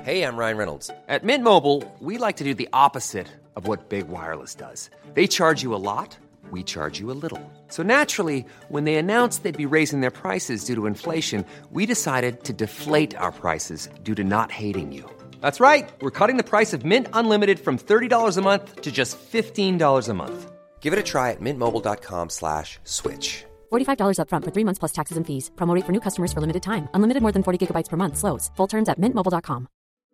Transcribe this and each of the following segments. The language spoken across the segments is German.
Hey, I'm Ryan Reynolds. At Mint Mobile, we like to do the opposite of what Big Wireless does. They charge you a lot, we charge you a little. So naturally, when they announced they'd be raising their prices due to inflation, we decided to deflate our prices due to not hating you. That's right. We're cutting the price of Mint Unlimited from $30 a month to just $15 a month. Give it a try at mintmobile.com/switch. $45 up front for 3 months plus taxes and fees. Promo rate for new customers for limited time. Unlimited more than 40 gigabytes per month. Slows full terms at mintmobile.com.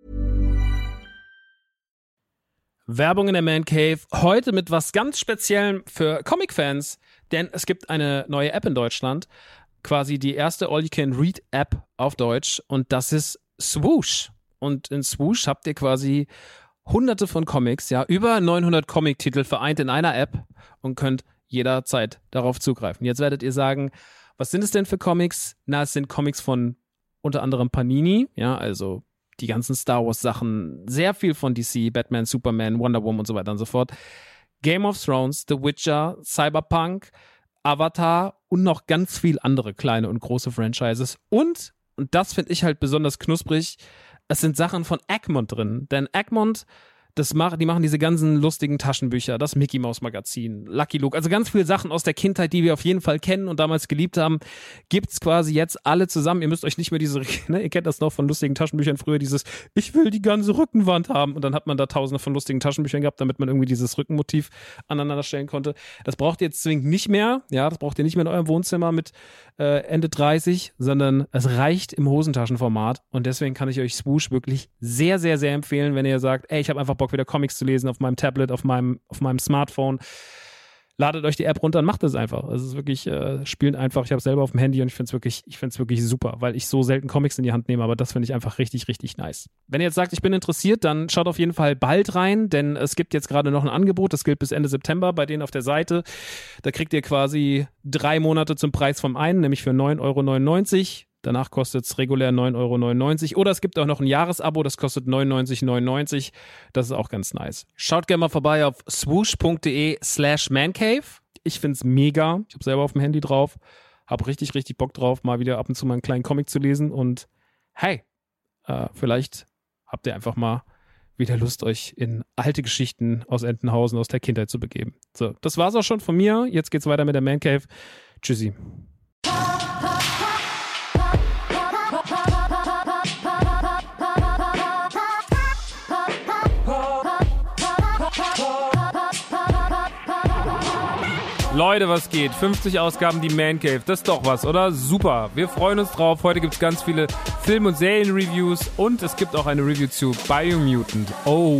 Werbung in der Man Cave. Heute mit was ganz Speziellem für Comic-Fans. Denn es gibt eine neue App in Deutschland. Quasi die erste All-You-Can-Read-App auf Deutsch. Und das ist Swoosh. Und in Swoosh habt ihr quasi hunderte von Comics. Ja, über 900 Comic-Titel vereint in einer App. Und könnt jederzeit darauf zugreifen. Jetzt werdet ihr sagen, was sind es denn für Comics? Na, es sind Comics von unter anderem Panini. Ja, also die ganzen Star Wars Sachen, sehr viel von DC, Batman, Superman, Wonder Woman und so weiter und so fort. Game of Thrones, The Witcher, Cyberpunk, Avatar und noch ganz viel andere kleine und große Franchises. Und das finde ich halt besonders knusprig, es sind Sachen von Egmont drin. Denn Egmont, die machen diese ganzen lustigen Taschenbücher, das Mickey Mouse Magazin, Lucky Luke, also ganz viele Sachen aus der Kindheit, die wir auf jeden Fall kennen und damals geliebt haben, gibt's quasi jetzt alle zusammen. Ihr müsst euch nicht mehr ihr kennt das noch von lustigen Taschenbüchern früher, dieses, ich will die ganze Rückenwand haben und dann hat man da tausende von lustigen Taschenbüchern gehabt, damit man irgendwie dieses Rückenmotiv aneinander stellen konnte. Das braucht ihr jetzt zwingend nicht mehr, ja, das braucht ihr nicht mehr in eurem Wohnzimmer mit Ende 30, sondern es reicht im Hosentaschenformat und deswegen kann ich euch Swoosh wirklich sehr, sehr, sehr empfehlen, wenn ihr sagt, ey, ich habe einfach Bock wieder Comics zu lesen auf meinem Tablet, auf meinem Smartphone. Ladet euch die App runter und macht es einfach. Es ist wirklich, spielt einfach. Ich habe es selber auf dem Handy und ich finde es wirklich super, weil ich so selten Comics in die Hand nehme, aber das finde ich einfach richtig, richtig nice. Wenn ihr jetzt sagt, ich bin interessiert, dann schaut auf jeden Fall bald rein, denn es gibt jetzt gerade noch ein Angebot, das gilt bis Ende September bei denen auf der Seite. Da kriegt ihr quasi 3 Monate zum Preis vom einen, nämlich für 9,99 €. Danach kostet es regulär 9,99 € oder es gibt auch noch ein Jahresabo, das kostet 99,99 €. Das ist auch ganz nice. Schaut gerne mal vorbei auf swoosh.de/mancave. Ich find's mega. Ich habe selber auf dem Handy drauf. Hab richtig, richtig Bock drauf, mal wieder ab und zu mal einen kleinen Comic zu lesen und hey, vielleicht habt ihr einfach mal wieder Lust, euch in alte Geschichten aus Entenhausen, aus der Kindheit zu begeben. So, das war's auch schon von mir. Jetzt geht's weiter mit der Man Cave. Tschüssi. Leute, was geht? 50 Ausgaben die Man Cave, das ist doch was, oder? Super, wir freuen uns drauf. Heute gibt es ganz viele Film- und Serien-Reviews und es gibt auch eine Review zu Biomutant. Oh.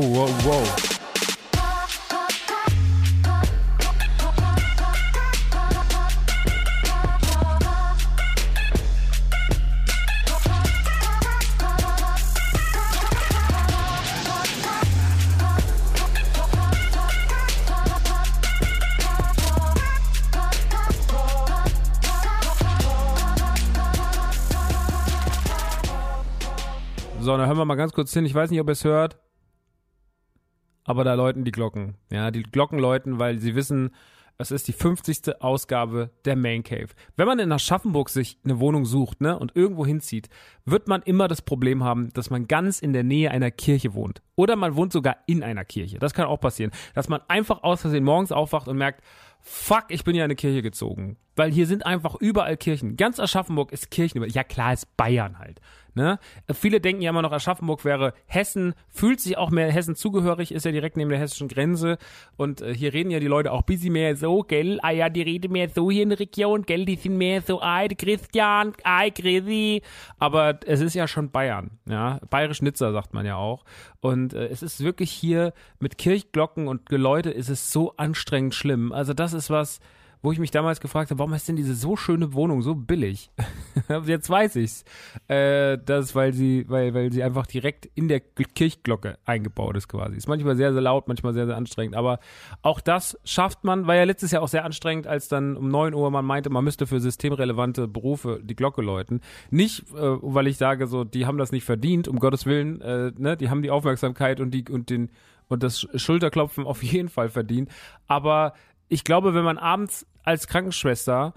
So, dann hören wir mal ganz kurz hin. Ich weiß nicht, ob ihr es hört, aber da läuten die Glocken. Ja, die Glocken läuten, weil sie wissen, es ist die 50. Ausgabe der Man Cave. Wenn man in Aschaffenburg sich eine Wohnung sucht, ne, und irgendwo hinzieht, wird man immer das Problem haben, dass man ganz in der Nähe einer Kirche wohnt. Oder man wohnt sogar in einer Kirche. Das kann auch passieren. Dass man einfach aus Versehen morgens aufwacht und merkt, fuck, ich bin ja in eine Kirche gezogen. Weil hier sind einfach überall Kirchen. Ganz Aschaffenburg ist Kirchen. Ja klar, ist Bayern halt. Ne? Viele denken ja immer noch, Aschaffenburg wäre Hessen, fühlt sich auch mehr Hessen zugehörig, ist ja direkt neben der hessischen Grenze und hier reden ja die Leute auch ein bisschen mehr so, gell, ja, die reden mehr so hier in der Region, gell, die sind mehr so, Christian, Chrissy, aber es ist ja schon Bayern, ja, Bayerisch-Nizza sagt man ja auch und es ist wirklich hier mit Kirchglocken und Geläute ist es so anstrengend schlimm, also das ist was, wo ich mich damals gefragt habe, warum ist denn diese so schöne Wohnung so billig? Jetzt weiß ich's. Das ist, weil sie einfach direkt in der Kirchglocke eingebaut ist quasi. Ist manchmal sehr, sehr laut, manchmal sehr, sehr anstrengend. Aber auch das schafft man, war ja letztes Jahr auch sehr anstrengend, als dann um 9 Uhr man meinte, man müsste für systemrelevante Berufe die Glocke läuten. Nicht, weil ich sage, so, die haben das nicht verdient, um Gottes Willen, ne, die haben die Aufmerksamkeit und das Schulterklopfen auf jeden Fall verdient. Aber ich glaube, wenn man abends als Krankenschwester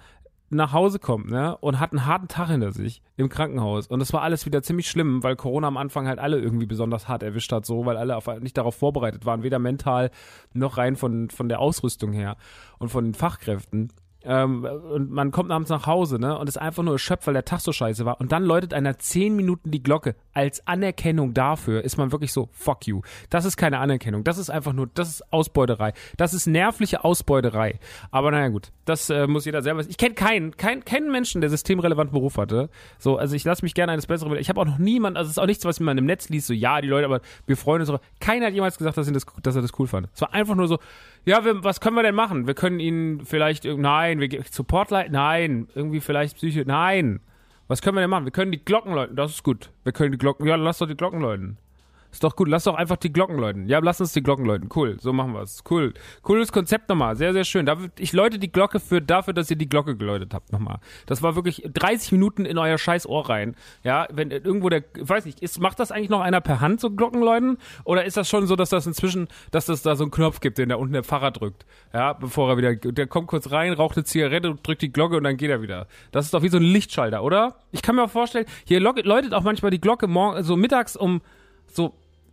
nach Hause kommt, ne, und hat einen harten Tag hinter sich im Krankenhaus. Und das war alles wieder ziemlich schlimm, weil Corona am Anfang halt alle irgendwie besonders hart erwischt hat, so, weil alle nicht darauf vorbereitet waren, weder mental noch rein von der Ausrüstung her und von den Fachkräften. Und man kommt abends nach Hause, ne, und ist einfach nur erschöpft, weil der Tag so scheiße war. Und dann läutet einer 10 Minuten die Glocke. Als Anerkennung dafür ist man wirklich so, fuck you. Das ist keine Anerkennung. Das ist einfach nur, das ist Ausbeuterei. Das ist nervliche Ausbeuterei. Aber naja, gut. Das muss jeder selber wissen. Ich kenne keinen Menschen, der systemrelevanten Beruf hatte. So, also ich lasse mich gerne eines Besseren. Ich habe auch noch niemanden, also es ist auch nichts, was man im Netz liest, so, ja, die Leute, aber wir freuen uns. So. Keiner hat jemals gesagt, dass er das cool fand. Es war einfach nur so, ja, was können wir denn machen? Wir können ihnen vielleicht, nein, Supportlight, nein, irgendwie vielleicht Psycho, nein. Was können wir denn machen? Wir können die Glocken läuten, das ist gut. Wir können die Glocken, ja, lass doch die Glocken läuten. Ist doch gut, lass doch einfach die Glocken läuten. Ja, lass uns die Glocken läuten. Cool, so machen wir es. Cool. Cooles Konzept nochmal, sehr, sehr schön. Ich läute die Glocke dafür, dass ihr die Glocke geläutet habt nochmal. Das war wirklich 30 Minuten in euer scheiß Ohr rein. Ja, wenn irgendwo ich weiß nicht, macht das eigentlich noch einer per Hand, so Glockenläuten? Oder ist das schon so, dass das da so einen Knopf gibt, den da unten der Pfarrer drückt? Ja, bevor er wieder, der kommt kurz rein, raucht eine Zigarette, drückt die Glocke und dann geht er wieder. Das ist doch wie so ein Lichtschalter, oder? Ich kann mir auch vorstellen, hier läutet auch manchmal die Glocke so mittags um so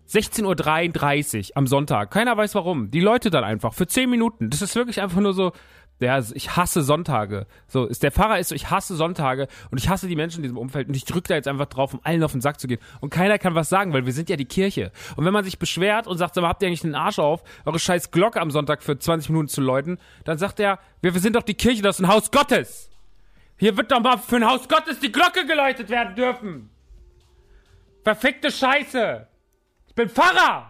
16:33 Uhr am Sonntag. Keiner weiß warum. Die läutet dann einfach für 10 Minuten. Das ist wirklich einfach nur so, ja, ich hasse Sonntage. So, der Pfarrer ist so, ich hasse Sonntage und ich hasse die Menschen in diesem Umfeld und ich drücke da jetzt einfach drauf, um allen auf den Sack zu gehen. Und keiner kann was sagen, weil wir sind ja die Kirche. Und wenn man sich beschwert und sagt, sag mal, habt ihr eigentlich den Arsch auf, eure scheiß Glocke am Sonntag für 20 Minuten zu läuten, dann sagt er, wir sind doch die Kirche, das ist ein Haus Gottes. Hier wird doch mal für ein Haus Gottes die Glocke geläutet werden dürfen. Verfickte Scheiße. Ich bin Pfarrer!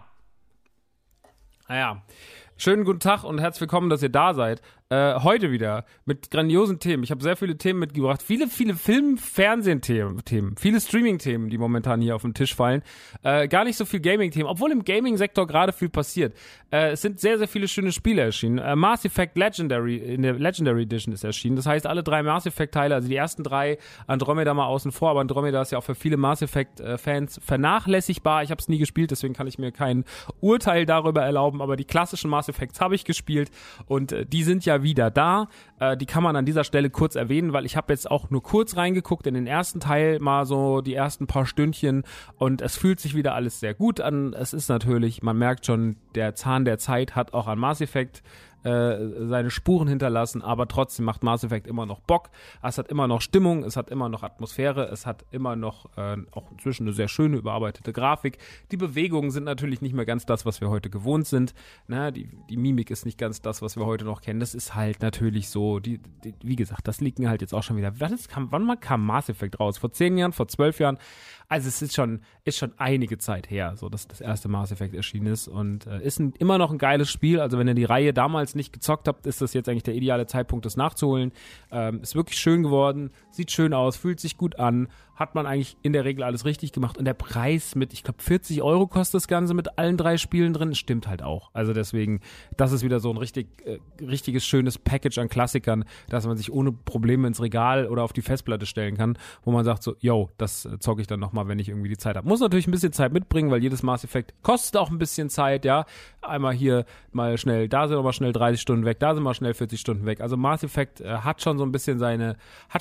Naja, schönen guten Tag und herzlich willkommen, dass ihr da seid. Heute wieder mit grandiosen Themen. Ich habe sehr viele Themen mitgebracht. Viele Film-, Fernsehen-Themen. Viele Streaming-Themen, die momentan hier auf den Tisch fallen. Gar nicht so viel Gaming-Themen, obwohl im Gaming-Sektor gerade viel passiert. Es sind sehr, sehr viele schöne Spiele erschienen. Mass Effect Legendary, in der Legendary Edition ist erschienen. Das heißt, alle 3 Mass Effect-Teile, also die ersten 3, Andromeda mal außen vor, aber Andromeda ist ja auch für viele Mass Effect-Fans vernachlässigbar. Ich habe es nie gespielt, deswegen kann ich mir kein Urteil darüber erlauben, aber die klassischen Mass Effects habe ich gespielt und die sind ja wieder da. Die kann man an dieser Stelle kurz erwähnen, weil ich habe jetzt auch nur kurz reingeguckt in den ersten Teil, mal so die ersten paar Stündchen und es fühlt sich wieder alles sehr gut an. Es ist natürlich, man merkt schon, der Zahn der Zeit hat auch an Mass Effect seine Spuren hinterlassen, aber trotzdem macht Mass Effect immer noch Bock. Es hat immer noch Stimmung, es hat immer noch Atmosphäre, es hat immer noch auch inzwischen eine sehr schöne, überarbeitete Grafik. Die Bewegungen sind natürlich nicht mehr ganz das, was wir heute gewohnt sind. Na, die Mimik ist nicht ganz das, was wir heute noch kennen. Das ist halt natürlich so, wie gesagt, das liegt mir halt jetzt auch schon wieder. Wann kam Mass Effect raus? Vor 10 Jahren, vor 12 Jahren? Also es ist schon einige Zeit her, so dass das erste Mass Effect erschienen ist und ist immer noch ein geiles Spiel. Also wenn ihr die Reihe damals nicht gezockt habt, ist das jetzt eigentlich der ideale Zeitpunkt, das nachzuholen. Ist wirklich schön geworden, sieht schön aus, fühlt sich gut an, hat man eigentlich in der Regel alles richtig gemacht und der Preis mit, ich glaube 40 € kostet das Ganze mit allen 3 Spielen drin, stimmt halt auch. Also deswegen, das ist wieder so ein richtiges schönes Package an Klassikern, dass man sich ohne Probleme ins Regal oder auf die Festplatte stellen kann, wo man sagt so, yo, das zocke ich dann nochmal, wenn ich irgendwie die Zeit habe. Muss natürlich ein bisschen Zeit mitbringen, weil jedes Mass Effect kostet auch ein bisschen Zeit, ja. Einmal hier mal schnell, da sind wir mal schnell 30 Stunden weg, da sind wir schnell 40 Stunden weg. Also Mass Effect hat schon so ein bisschen seinen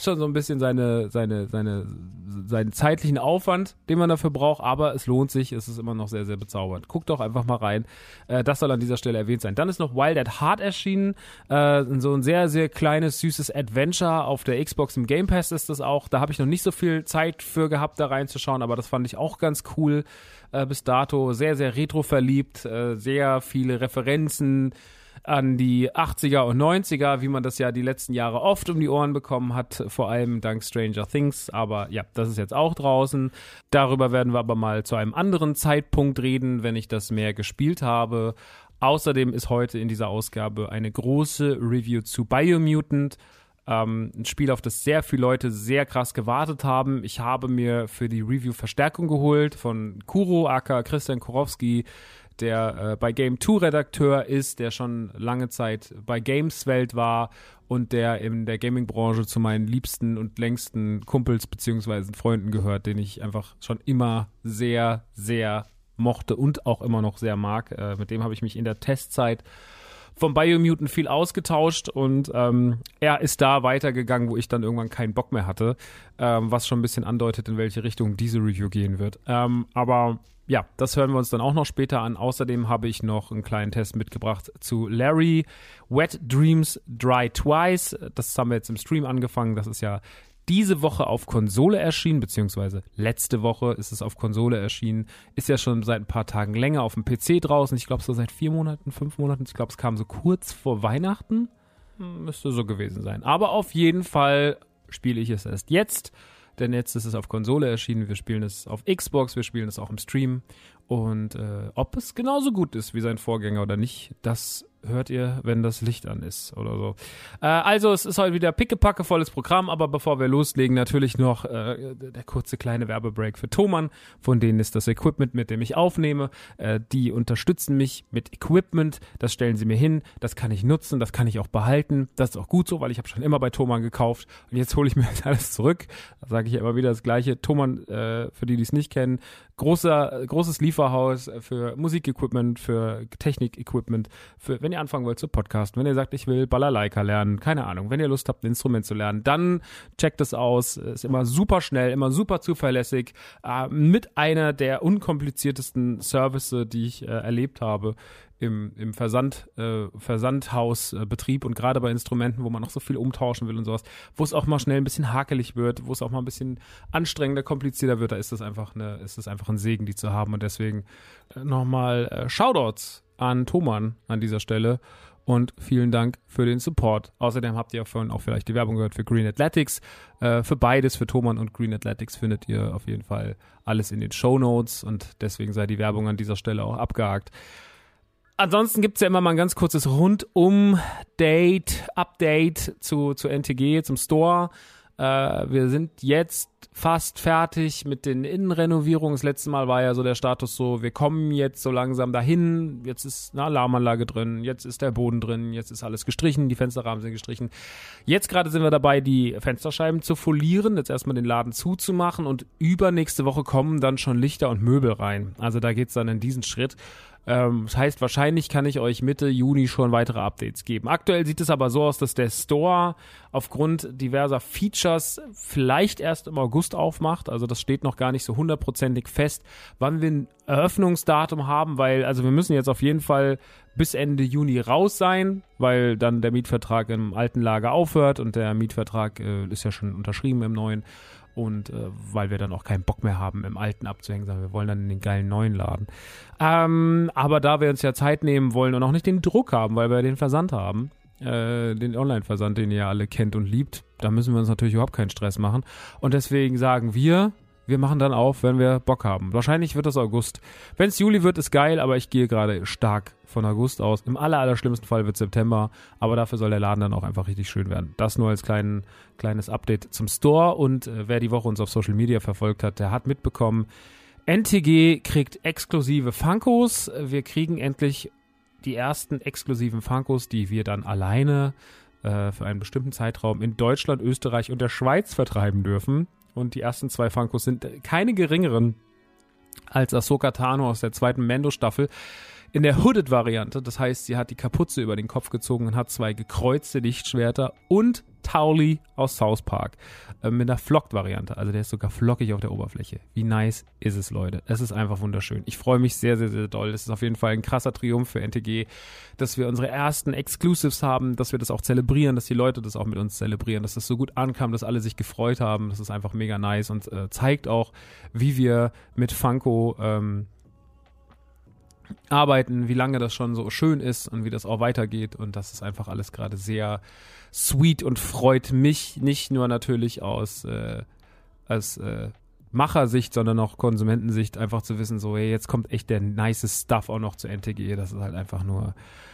zeitlichen Aufwand, den man dafür braucht, aber es lohnt sich, es ist immer noch sehr, sehr bezaubernd. Guckt doch einfach mal rein. Das soll an dieser Stelle erwähnt sein. Dann ist noch Wild at Heart erschienen, so ein sehr, sehr kleines, süßes Adventure auf der Xbox, im Game Pass ist das auch. Da habe ich noch nicht so viel Zeit für gehabt, da reinzuschauen, aber das fand ich auch ganz cool bis dato. Sehr, sehr retro verliebt, sehr viele Referenzen an die 80er und 90er, wie man das ja die letzten Jahre oft um die Ohren bekommen hat, vor allem dank Stranger Things, aber ja, das ist jetzt auch draußen. Darüber werden wir aber mal zu einem anderen Zeitpunkt reden, wenn ich das mehr gespielt habe. Außerdem ist heute in dieser Ausgabe eine große Review zu Biomutant, ein Spiel, auf das sehr viele Leute sehr krass gewartet haben. Ich habe mir für die Review Verstärkung geholt von Kuro, aka Christian Kurowski, der bei Game 2 Redakteur ist, der schon lange Zeit bei Gameswelt war und der in der Gaming-Branche zu meinen liebsten und längsten Kumpels bzw. Freunden gehört, den ich einfach schon immer sehr, sehr mochte und auch immer noch sehr mag. Mit dem habe ich mich in der Testzeit vom Biomutant viel ausgetauscht und er ist da weitergegangen, wo ich dann irgendwann keinen Bock mehr hatte, was schon ein bisschen andeutet, in welche Richtung diese Review gehen wird. Aber ja, das hören wir uns dann auch noch später an. Außerdem habe ich noch einen kleinen Test mitgebracht zu Larry Wet Dreams Dry Twice. Das haben wir jetzt im Stream angefangen. Das ist ja diese Woche auf Konsole erschienen, beziehungsweise letzte Woche ist es auf Konsole erschienen. Ist ja schon seit ein paar Tagen länger auf dem PC draußen. Ich glaube so seit 4 Monaten, 5 Monaten. Ich glaube, es kam so kurz vor Weihnachten. Müsste so gewesen sein. Aber auf jeden Fall spiele ich es erst jetzt. Denn jetzt ist es auf Konsole erschienen, wir spielen es auf Xbox, wir spielen es auch im Stream. Und ob es genauso gut ist wie sein Vorgänger oder nicht, das hört ihr, wenn das Licht an ist oder so. Also es ist heute wieder pickepacke volles Programm, aber bevor wir loslegen, natürlich noch der kurze kleine Werbebreak für Thomann, von denen ist das Equipment, mit dem ich aufnehme. Die unterstützen mich mit Equipment, das stellen sie mir hin, das kann ich nutzen, das kann ich auch behalten. Das ist auch gut so, weil ich habe schon immer bei Thomann gekauft und jetzt hole ich mir das alles zurück. Da sage ich ja immer wieder das Gleiche. Thomann, für die es nicht kennen, großes Lieferhaus für Musikequipment, für Technik-Equipment, für, wenn ihr anfangen wollt zu podcasten, wenn ihr sagt, ich will Balalaika lernen, keine Ahnung, wenn ihr Lust habt, ein Instrument zu lernen, dann checkt es aus, ist immer super schnell, immer super zuverlässig, mit einer der unkompliziertesten Services, die ich erlebt habe im Versandhausbetrieb und gerade bei Instrumenten, wo man noch so viel umtauschen will und sowas, wo es auch mal schnell ein bisschen hakelig wird, wo es auch mal ein bisschen anstrengender, komplizierter wird, da ist es einfach ein Segen, die zu haben und deswegen nochmal Shoutouts an Thomann an dieser Stelle und vielen Dank für den Support. Außerdem habt ihr vorhin auch vielleicht die Werbung gehört für Green Athletics. Für beides, für Thomann und Green Athletics, findet ihr auf jeden Fall alles in den Shownotes und deswegen sei die Werbung an dieser Stelle auch abgehakt. Ansonsten gibt es ja immer mal ein ganz kurzes Update zu NTG, zum Store. Wir sind jetzt fast fertig mit den Innenrenovierungen. Das letzte Mal war ja so der Status so, wir kommen jetzt so langsam dahin. Jetzt ist eine Alarmanlage drin, jetzt ist der Boden drin, jetzt ist alles gestrichen, die Fensterrahmen sind gestrichen. Jetzt gerade sind wir dabei, die Fensterscheiben zu folieren, jetzt erstmal den Laden zuzumachen und übernächste Woche kommen dann schon Lichter und Möbel rein. Also da geht's dann in diesen Schritt. Das heißt, wahrscheinlich kann ich euch Mitte Juni schon weitere Updates geben. Aktuell sieht es aber so aus, dass der Store aufgrund diverser Features vielleicht erst im August aufmacht. Also das steht noch gar nicht so hundertprozentig fest, wann wir ein Eröffnungsdatum haben, weil also wir müssen jetzt auf jeden Fall bis Ende Juni raus sein, weil dann der Mietvertrag im alten Lager aufhört und der Mietvertrag ist ja schon unterschrieben im neuen. Und weil wir dann auch keinen Bock mehr haben, im Alten abzuhängen, sondern wir wollen dann in den geilen neuen Laden. Aber da wir uns ja Zeit nehmen wollen und auch nicht den Druck haben, weil wir den Versand haben, den Online-Versand, den ihr ja alle kennt und liebt, da müssen wir uns natürlich überhaupt keinen Stress machen. Und deswegen sagen wir machen dann auf, wenn wir Bock haben. Wahrscheinlich wird das August. Wenn es Juli wird, ist geil, aber ich gehe gerade stark von August aus. Im allerschlimmsten Fall wird September, aber dafür soll der Laden dann auch einfach richtig schön werden. Das nur als kleines Update zum Store und wer die Woche uns auf Social Media verfolgt hat, der hat mitbekommen, NTG kriegt exklusive Funkos. Wir kriegen endlich die ersten exklusiven Funkos, die wir dann alleine für einen bestimmten Zeitraum in Deutschland, Österreich und der Schweiz vertreiben dürfen. Und die ersten 2 Funkos sind keine geringeren als Ahsoka Tano aus der 2. Mando-Staffel in der Hooded-Variante. Das heißt, sie hat die Kapuze über den Kopf gezogen und hat 2 gekreuzte Lichtschwerter und Towley aus South Park mit einer Flocked-Variante. Also der ist sogar flockig auf der Oberfläche. Wie nice ist es, Leute? Es ist einfach wunderschön. Ich freue mich sehr, sehr, sehr doll. Es ist auf jeden Fall ein krasser Triumph für NTG, dass wir unsere ersten Exclusives haben, dass wir das auch zelebrieren, dass die Leute das auch mit uns zelebrieren, dass das so gut ankam, dass alle sich gefreut haben. Das ist einfach mega nice und zeigt auch, wie wir mit Funko arbeiten, wie lange das schon so schön ist und wie das auch weitergeht und das ist einfach alles gerade sehr sweet und freut mich nicht nur natürlich aus Machersicht, sondern auch Konsumentensicht, einfach zu wissen, so hey, jetzt kommt echt der nice Stuff auch noch zu NTG, das ist einfach nur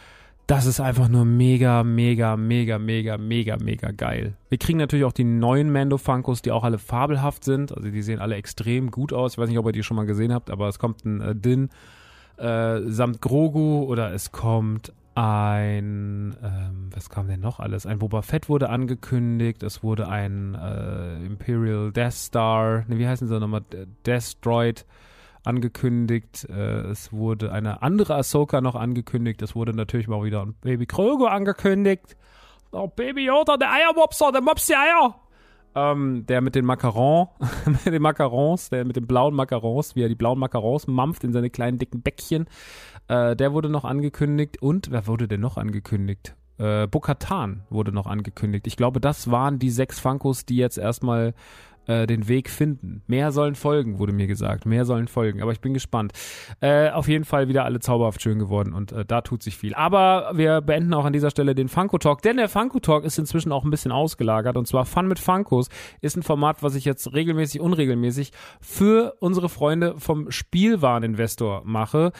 mega, mega, mega, mega, mega, mega geil. Wir kriegen natürlich auch die neuen Mando-Funkos, die auch alle fabelhaft sind, also die sehen alle extrem gut aus, ich weiß nicht, ob ihr die schon mal gesehen habt, aber es kommt ein Din samt Grogu oder es kommt ein, was kam denn noch alles? Ein Boba Fett wurde angekündigt, es wurde ein Imperial Death Star, wie heißen sie nochmal? Destroid angekündigt. Es wurde eine andere Ahsoka noch angekündigt. Es wurde natürlich mal wieder ein Baby Grogu angekündigt. Oh, Baby Yoda, der Eiermopser, der Mops die Eier. Der mit den Macarons, der mit den blauen Macarons, wie er die blauen Macarons mampft in seine kleinen dicken Bäckchen. Der wurde noch angekündigt. Und wer wurde denn noch angekündigt? Bo-Katan wurde noch angekündigt. Ich glaube, das waren die 6 Funkos, die jetzt erstmal den Weg finden. Mehr sollen folgen, wurde mir gesagt. Mehr sollen folgen, aber ich bin gespannt. Auf jeden Fall wieder alle zauberhaft schön geworden und da tut sich viel. Aber wir beenden auch an dieser Stelle den Funko-Talk, denn der Funko-Talk ist inzwischen auch ein bisschen ausgelagert und zwar Fun mit Funkos ist ein Format, was ich jetzt regelmäßig, unregelmäßig für unsere Freunde vom Spielwareninvestor mache.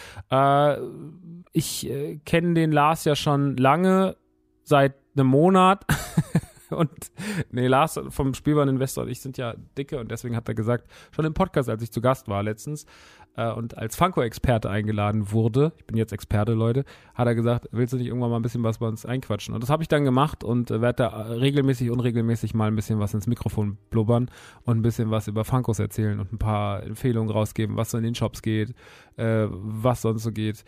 Ich kenne den Lars ja schon lange, seit einem Monat. Und Lars vom Spielwareninvestor und ich sind ja dicke und deswegen hat er gesagt, schon im Podcast, als ich zu Gast war letztens und als Funko-Experte eingeladen wurde, ich bin jetzt Experte, Leute, hat er gesagt, willst du nicht irgendwann mal ein bisschen was bei uns einquatschen? Und das habe ich dann gemacht und werde da regelmäßig, unregelmäßig mal ein bisschen was ins Mikrofon blubbern und ein bisschen was über Funkos erzählen und ein paar Empfehlungen rausgeben, was so in den Shops geht, was sonst so geht,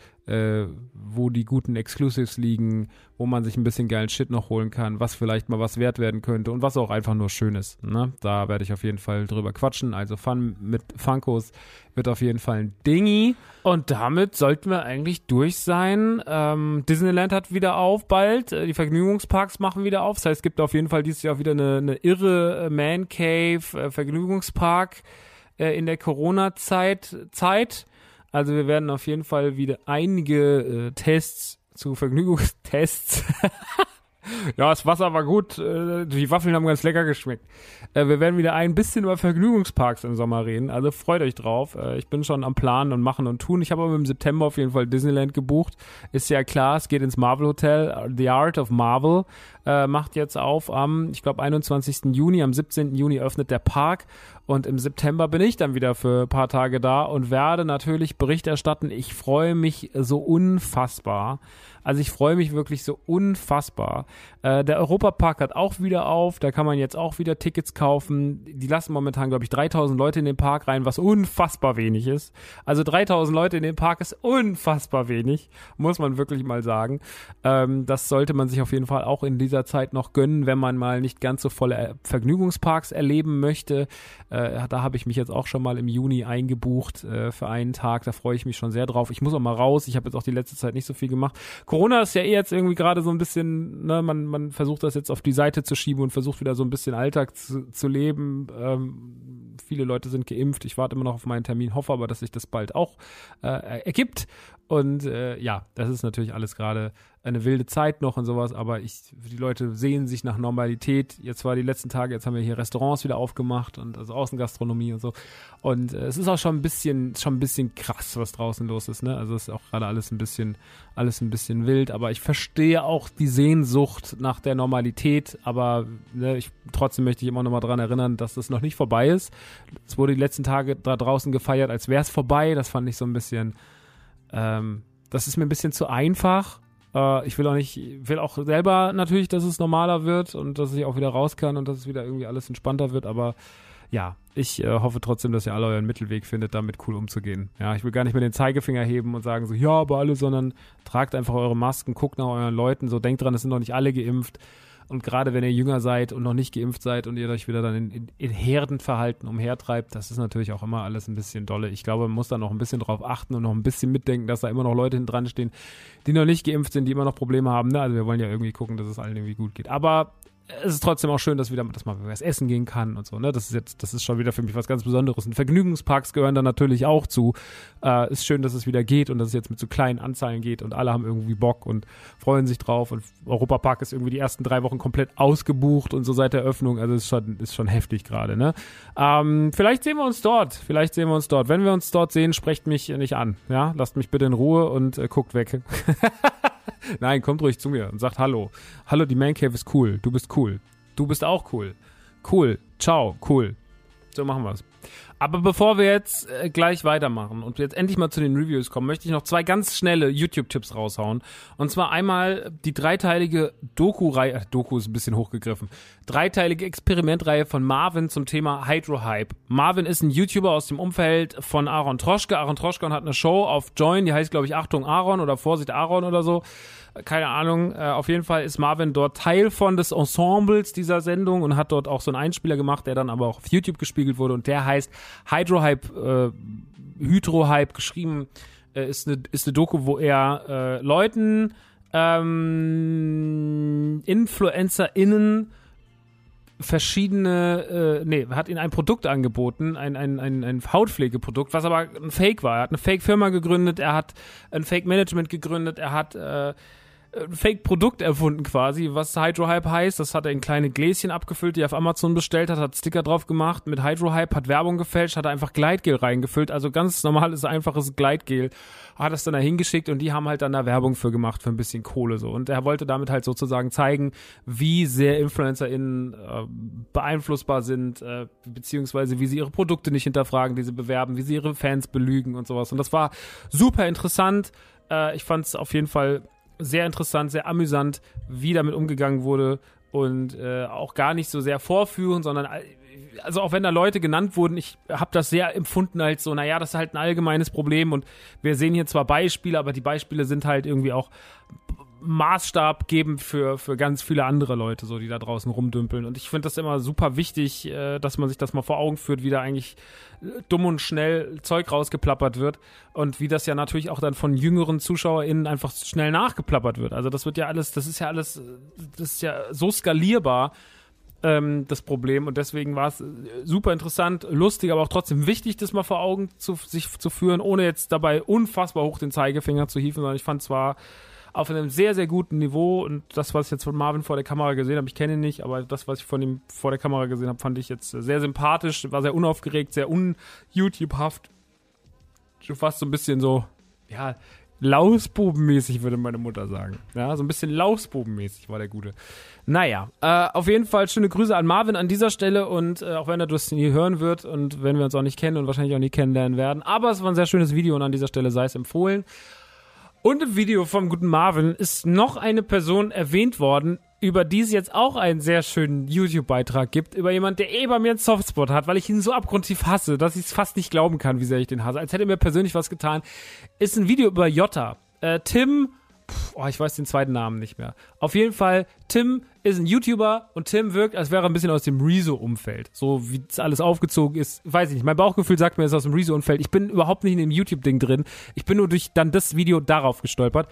wo die guten Exclusives liegen, wo man sich ein bisschen geilen Shit noch holen kann, was vielleicht mal was wert werden könnte und was auch einfach nur schön ist. Ne? Da werde ich auf jeden Fall drüber quatschen. Also Fun mit Funkos wird auf jeden Fall ein Dingi. Und damit sollten wir eigentlich durch sein. Disneyland hat wieder auf bald. Die Vergnügungsparks machen wieder auf. Das heißt, es gibt auf jeden Fall dieses Jahr wieder eine irre Man Cave Vergnügungspark in der Corona-Zeit. Also wir werden auf jeden Fall wieder einige Tests zu Vergnügungstests. Ja, das Wasser war gut, die Waffeln haben ganz lecker geschmeckt. Wir werden wieder ein bisschen über Vergnügungsparks im Sommer reden, also freut euch drauf. Ich bin schon am Planen und Machen und Tun. Ich habe aber im September auf jeden Fall Disneyland gebucht. Ist ja klar, es geht ins Marvel Hotel. The Art of Marvel macht jetzt auf am, ich glaube, 21. Juni. Am 17. Juni öffnet der Park. Und im September bin ich dann wieder für ein paar Tage da und werde natürlich Bericht erstatten. Ich freue mich so unfassbar. Also ich freue mich wirklich so unfassbar. Der Europapark hat auch wieder auf. Da kann man jetzt auch wieder Tickets kaufen. Die lassen momentan, glaube ich, 3000 Leute in den Park rein, was unfassbar wenig ist. Also 3000 Leute in den Park ist unfassbar wenig, muss man wirklich mal sagen. Das sollte man sich auf jeden Fall auch in dieser Zeit noch gönnen, wenn man mal nicht ganz so volle Vergnügungsparks erleben möchte. Da habe ich mich jetzt auch schon mal im Juni eingebucht für einen Tag. Da freue ich mich schon sehr drauf. Ich muss auch mal raus. Ich habe jetzt auch die letzte Zeit nicht so viel gemacht. Corona ist ja jetzt irgendwie gerade so ein bisschen, ne, man versucht das jetzt auf die Seite zu schieben und versucht wieder so ein bisschen Alltag zu leben. Viele Leute sind geimpft. Ich warte immer noch auf meinen Termin, hoffe aber, dass sich das bald auch ergibt. Und ja, das ist natürlich alles gerade eine wilde Zeit noch und sowas, aber die Leute sehen sich nach Normalität. Jetzt war die letzten Tage, jetzt haben wir hier Restaurants wieder aufgemacht und also Außengastronomie und so. Und es ist auch schon ein bisschen krass, was draußen los ist, ne? Also es ist auch gerade alles ein bisschen wild, aber ich verstehe auch die Sehnsucht nach der Normalität, aber ne, trotzdem möchte ich immer noch mal daran erinnern, dass das noch nicht vorbei ist. Es wurde die letzten Tage da draußen gefeiert, als wäre es vorbei. Das fand ich so ein bisschen das ist mir ein bisschen zu einfach. Ich will auch selber natürlich, dass es normaler wird und dass ich auch wieder raus kann und dass es wieder irgendwie alles entspannter wird, aber ja, ich hoffe trotzdem, dass ihr alle euren Mittelweg findet, damit cool umzugehen. Ja, ich will gar nicht mehr den Zeigefinger heben und sagen so, ja, aber alle, sondern tragt einfach eure Masken, guckt nach euren Leuten, so denkt dran, es sind noch nicht alle geimpft. Und gerade wenn ihr jünger seid und noch nicht geimpft seid und ihr euch wieder dann in Herdenverhalten umhertreibt, das ist natürlich auch immer alles ein bisschen dolle. Ich glaube, man muss da noch ein bisschen drauf achten und noch ein bisschen mitdenken, dass da immer noch Leute hinten dran stehen, die noch nicht geimpft sind, die immer noch Probleme haben. Ne? Also wir wollen ja irgendwie gucken, dass es allen irgendwie gut geht. Aber es ist trotzdem auch schön, dass man was essen gehen kann und so, ne? Das ist schon wieder für mich was ganz Besonderes. Und Vergnügungsparks gehören da natürlich auch zu. Ist schön, dass es wieder geht und dass es jetzt mit so kleinen Anzahlen geht und alle haben irgendwie Bock und freuen sich drauf. Und Europapark ist irgendwie die ersten 3 Wochen komplett ausgebucht und so seit der Öffnung. Also ist schon heftig gerade, ne? Vielleicht sehen wir uns dort. Wenn wir uns dort sehen, sprecht mich nicht an, ja? Lasst mich bitte in Ruhe und guckt weg. Nein, kommt ruhig zu mir und sagt Hallo. Hallo, die Man Cave ist cool. Du bist cool. Du bist auch cool. Cool. Ciao. Cool. So machen wir's. Aber bevor wir jetzt gleich weitermachen und jetzt endlich mal zu den Reviews kommen, möchte ich noch 2 ganz schnelle YouTube-Tipps raushauen. Und zwar einmal die dreiteilige Doku-Reihe, Doku ist ein bisschen hochgegriffen, dreiteilige Experimentreihe von Marvin zum Thema Hydro-Hype. Marvin ist ein YouTuber aus dem Umfeld von Aaron Troschke. Aaron Troschke hat eine Show auf Join, die heißt, glaube ich, Achtung Aaron oder Vorsicht Aaron oder so. Keine Ahnung, auf jeden Fall ist Marvin dort Teil von des Ensembles dieser Sendung und hat dort auch so einen Einspieler gemacht, der dann aber auch auf YouTube gespiegelt wurde und der heißt Hydro-Hype geschrieben, ist eine Doku, wo er Leuten, InfluencerInnen hat ihnen ein Produkt angeboten, ein Hautpflegeprodukt, was aber ein Fake war. Er hat eine Fake-Firma gegründet, er hat ein Fake-Management gegründet, er hat ein Fake-Produkt erfunden quasi, was Hydro-Hype heißt. Das hat er in kleine Gläschen abgefüllt, die er auf Amazon bestellt hat Sticker drauf gemacht mit Hydro-Hype, hat Werbung gefälscht, hat einfach Gleitgel reingefüllt, also ganz normales, einfaches Gleitgel, hat es dann da hingeschickt und die haben halt dann da Werbung für gemacht, für ein bisschen Kohle so. Und er wollte damit halt sozusagen zeigen, wie sehr InfluencerInnen beeinflussbar sind, beziehungsweise wie sie ihre Produkte nicht hinterfragen, die sie bewerben, wie sie ihre Fans belügen und sowas. Und das war super interessant. Ich fand es auf jeden Fall sehr interessant, sehr amüsant, wie damit umgegangen wurde und auch gar nicht so sehr vorführen, sondern also auch wenn da Leute genannt wurden, ich habe das sehr empfunden als so, naja, das ist halt ein allgemeines Problem und wir sehen hier zwar Beispiele, aber die Beispiele sind halt irgendwie auch maßstabgebend für ganz viele andere Leute, so die da draußen rumdümpeln. Und ich finde das immer super wichtig, dass man sich das mal vor Augen führt, wie da eigentlich dumm und schnell Zeug rausgeplappert wird und wie das ja natürlich auch dann von jüngeren ZuschauerInnen einfach schnell nachgeplappert wird. Also das ist ja so skalierbar, das Problem, und deswegen war es super interessant, lustig, aber auch trotzdem wichtig, das mal vor Augen sich zu führen, ohne jetzt dabei unfassbar hoch den Zeigefinger zu hieven, sondern ich fand zwar auf einem sehr, sehr guten Niveau und das, was ich jetzt von Marvin vor der Kamera gesehen habe, ich kenne ihn nicht, aber das, was ich von ihm vor der Kamera gesehen habe, fand ich jetzt sehr sympathisch, war sehr unaufgeregt, sehr un-YouTube-haft, schon fast so ein bisschen so, ja, Lausbubenmäßig, würde meine Mutter sagen. Ja, so ein bisschen Lausbubenmäßig war der Gute. Naja, auf jeden Fall schöne Grüße an Marvin an dieser Stelle und auch wenn er das nie hören wird und wenn wir uns auch nicht kennen und wahrscheinlich auch nie kennenlernen werden. Aber es war ein sehr schönes Video und an dieser Stelle sei es empfohlen. Und im Video vom guten Marvin ist noch eine Person erwähnt worden, über die es jetzt auch einen sehr schönen YouTube-Beitrag gibt, über jemand, der bei mir einen Softspot hat, weil ich ihn so abgrundtief hasse, dass ich es fast nicht glauben kann, wie sehr ich den hasse. Als hätte er mir persönlich was getan. Ist ein Video über Jota. Tim, ich weiß den zweiten Namen nicht mehr. Auf jeden Fall, Tim ist ein YouTuber und Tim wirkt, als wäre er ein bisschen aus dem Rezo-Umfeld. So wie das alles aufgezogen ist, weiß ich nicht. Mein Bauchgefühl sagt mir, er ist aus dem Rezo-Umfeld. Ich bin überhaupt nicht in dem YouTube-Ding drin. Ich bin nur durch dann das Video darauf gestolpert.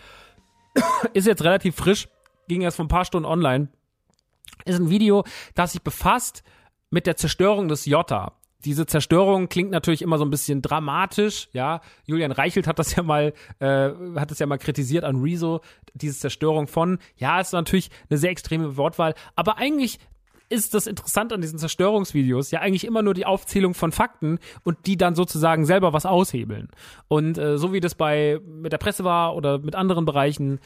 Ist jetzt relativ frisch. Ging erst vor ein paar Stunden online, ist ein Video, das sich befasst mit der Zerstörung des Jota. Diese Zerstörung klingt natürlich immer so ein bisschen dramatisch, ja. Julian Reichelt hat das ja mal kritisiert an Rezo, diese Zerstörung von, ja, ist natürlich eine sehr extreme Wortwahl, aber eigentlich ist das Interessante an diesen Zerstörungsvideos ja eigentlich immer nur die Aufzählung von Fakten und die dann sozusagen selber was aushebeln. Und so wie das mit der Presse war oder mit anderen Bereichen,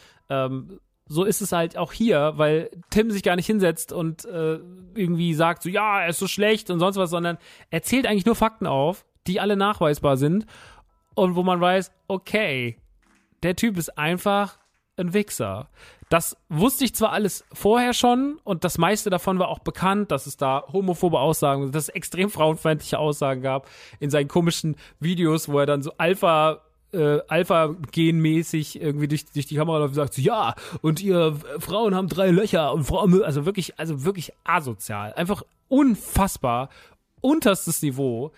so ist es halt auch hier, weil Tim sich gar nicht hinsetzt und irgendwie sagt so, ja, er ist so schlecht und sonst was, sondern er zählt eigentlich nur Fakten auf, die alle nachweisbar sind und wo man weiß, okay, der Typ ist einfach ein Wichser. Das wusste ich zwar alles vorher schon und das meiste davon war auch bekannt, dass es da homophobe Aussagen, dass es extrem frauenfeindliche Aussagen gab in seinen komischen Videos, wo er dann so Alpha-Gen-mäßig irgendwie durch die Kamera läuft und sagt so, ja, und ihr Frauen haben 3 Löcher und Frauen, also wirklich asozial. Einfach unfassbar, unterstes Niveau.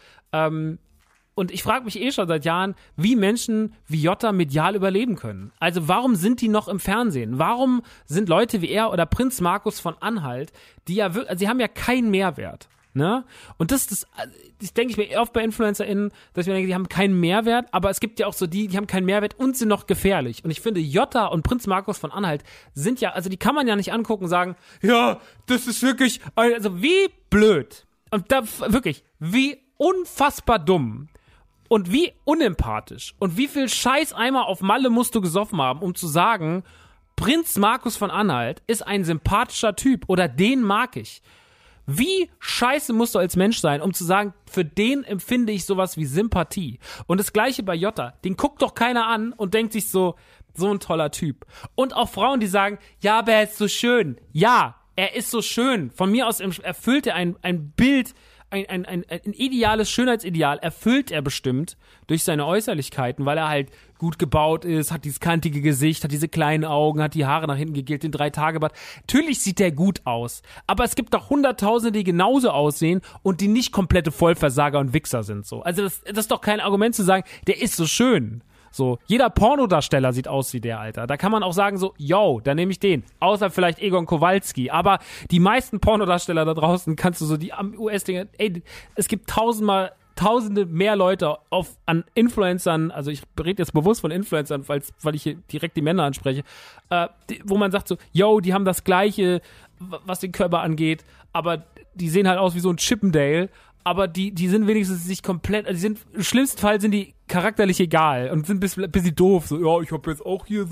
Und ich frage mich schon seit Jahren, wie Menschen wie Jota medial überleben können. Also warum sind die noch im Fernsehen? Warum sind Leute wie er oder Prinz Markus von Anhalt, die ja wirklich, also sie haben ja keinen Mehrwert. Ne? Und das denke ich mir oft bei InfluencerInnen, dass ich mir denke, die haben keinen Mehrwert, aber es gibt ja auch so die haben keinen Mehrwert und sind noch gefährlich. Und ich finde, Jota und Prinz Markus von Anhalt sind ja, also die kann man ja nicht angucken und sagen, ja, das ist wirklich, also wie blöd. Und da wirklich, wie unfassbar dumm. Und wie unempathisch. Und wie viel Scheißeimer auf Malle musst du gesoffen haben, um zu sagen, Prinz Markus von Anhalt ist ein sympathischer Typ oder den mag ich. Wie scheiße musst du als Mensch sein, um zu sagen, für den empfinde ich sowas wie Sympathie. Und das Gleiche bei Jota. Den guckt doch keiner an und denkt sich so ein toller Typ. Und auch Frauen, die sagen, ja, aber er ist so schön. Ja, er ist so schön. Von mir aus erfüllt er ein Bild, ein ideales Schönheitsideal erfüllt er bestimmt durch seine Äußerlichkeiten, weil er halt gut gebaut ist, hat dieses kantige Gesicht, hat diese kleinen Augen, hat die Haare nach hinten gegelt, den 3-Tage-Bart. Natürlich sieht der gut aus, aber es gibt doch Hunderttausende, die genauso aussehen und die nicht komplette Vollversager und Wichser sind. So. Also das ist doch kein Argument zu sagen, der ist so schön. So, jeder Pornodarsteller sieht aus wie der, Alter. Da kann man auch sagen so, yo, dann nehme ich den. Außer vielleicht Egon Kowalski. Aber die meisten Pornodarsteller da draußen kannst du so die am US-Dinger, es gibt tausende mehr Leute an Influencern, also ich rede jetzt bewusst von Influencern, weil ich hier direkt die Männer anspreche, wo man sagt so, yo, die haben das Gleiche, was den Körper angeht, aber die sehen halt aus wie so ein Chippendale. Aber die sind wenigstens nicht komplett, also im schlimmsten Fall sind die charakterlich egal und sind ein bisschen doof. So, ja, ich hab jetzt auch hier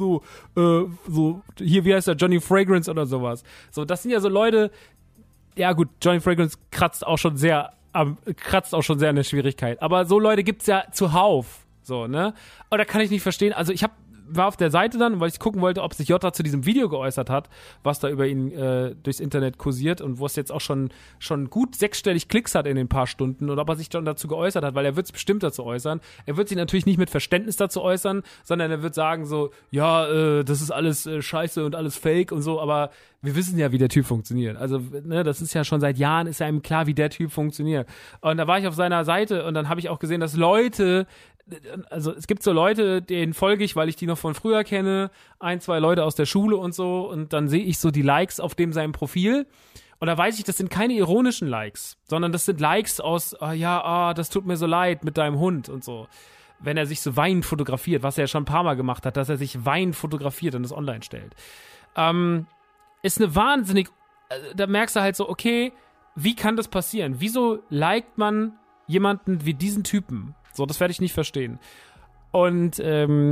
hier, wie heißt der, Johnny Fragrance oder sowas. So, das sind ja so Leute, ja gut, Johnny Fragrance kratzt auch schon sehr an der Schwierigkeit. Aber so Leute gibt's ja zuhauf. So, ne? Und da kann ich nicht verstehen, also war auf der Seite dann, weil ich gucken wollte, ob sich Jota zu diesem Video geäußert hat, was da über ihn durchs Internet kursiert und wo es jetzt auch schon gut 6-stellig Klicks hat in den paar Stunden oder ob er sich schon dazu geäußert hat, weil er wird sich bestimmt dazu äußern. Er wird sich natürlich nicht mit Verständnis dazu äußern, sondern er wird sagen so, ja, das ist alles scheiße und alles fake und so, aber wir wissen ja, wie der Typ funktioniert. Also, ne, das ist ja schon seit Jahren, ist ja einem klar, wie der Typ funktioniert. Und da war ich auf seiner Seite und dann habe ich auch gesehen, dass also es gibt so Leute, denen folge ich, weil ich die noch von früher kenne, 1, 2 Leute aus der Schule und so und dann sehe ich so die Likes auf seinem Profil und da weiß ich, das sind keine ironischen Likes, sondern das sind Likes aus, das tut mir so leid mit deinem Hund und so. Wenn er sich so weinend fotografiert, was er ja schon ein paar Mal gemacht hat, dass er sich weinend fotografiert und das online stellt. Ist eine wahnsinnig, da merkst du halt so, okay, wie kann das passieren? Wieso liked man jemanden wie diesen Typen? So, das werde ich nicht verstehen. Und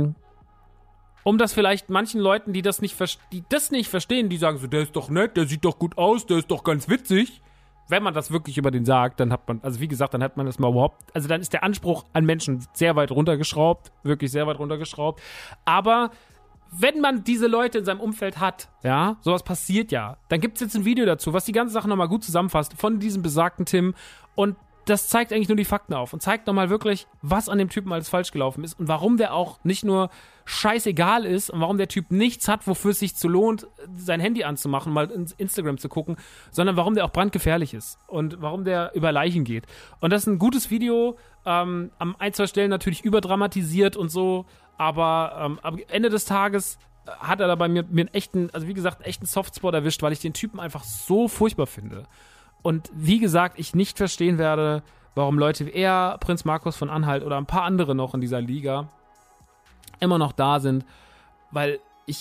um das vielleicht manchen Leuten, die das nicht verstehen, die sagen so, der ist doch nett, der sieht doch gut aus, der ist doch ganz witzig. Wenn man das wirklich über den sagt, dann hat man, also wie gesagt, dann hat man das mal überhaupt, also dann ist der Anspruch an Menschen sehr weit runtergeschraubt, wirklich sehr weit runtergeschraubt. Aber wenn man diese Leute in seinem Umfeld hat, ja, sowas passiert ja, dann gibt's jetzt ein Video dazu, was die ganze Sache nochmal gut zusammenfasst von diesem besagten Tim und das zeigt eigentlich nur die Fakten auf und zeigt nochmal wirklich, was an dem Typen alles falsch gelaufen ist und warum der auch nicht nur scheißegal ist und warum der Typ nichts hat, wofür es sich zu lohnt, sein Handy anzumachen, mal ins Instagram zu gucken, sondern warum der auch brandgefährlich ist und warum der über Leichen geht. Und das ist ein gutes Video, an 1, 2 Stellen natürlich überdramatisiert und so, aber am Ende des Tages hat er da bei mir einen echten, also wie gesagt, einen echten Softspot erwischt, weil ich den Typen einfach so furchtbar finde. Und wie gesagt, ich nicht verstehen werde, warum Leute wie er, Prinz Markus von Anhalt oder ein paar andere noch in dieser Liga immer noch da sind, weil ich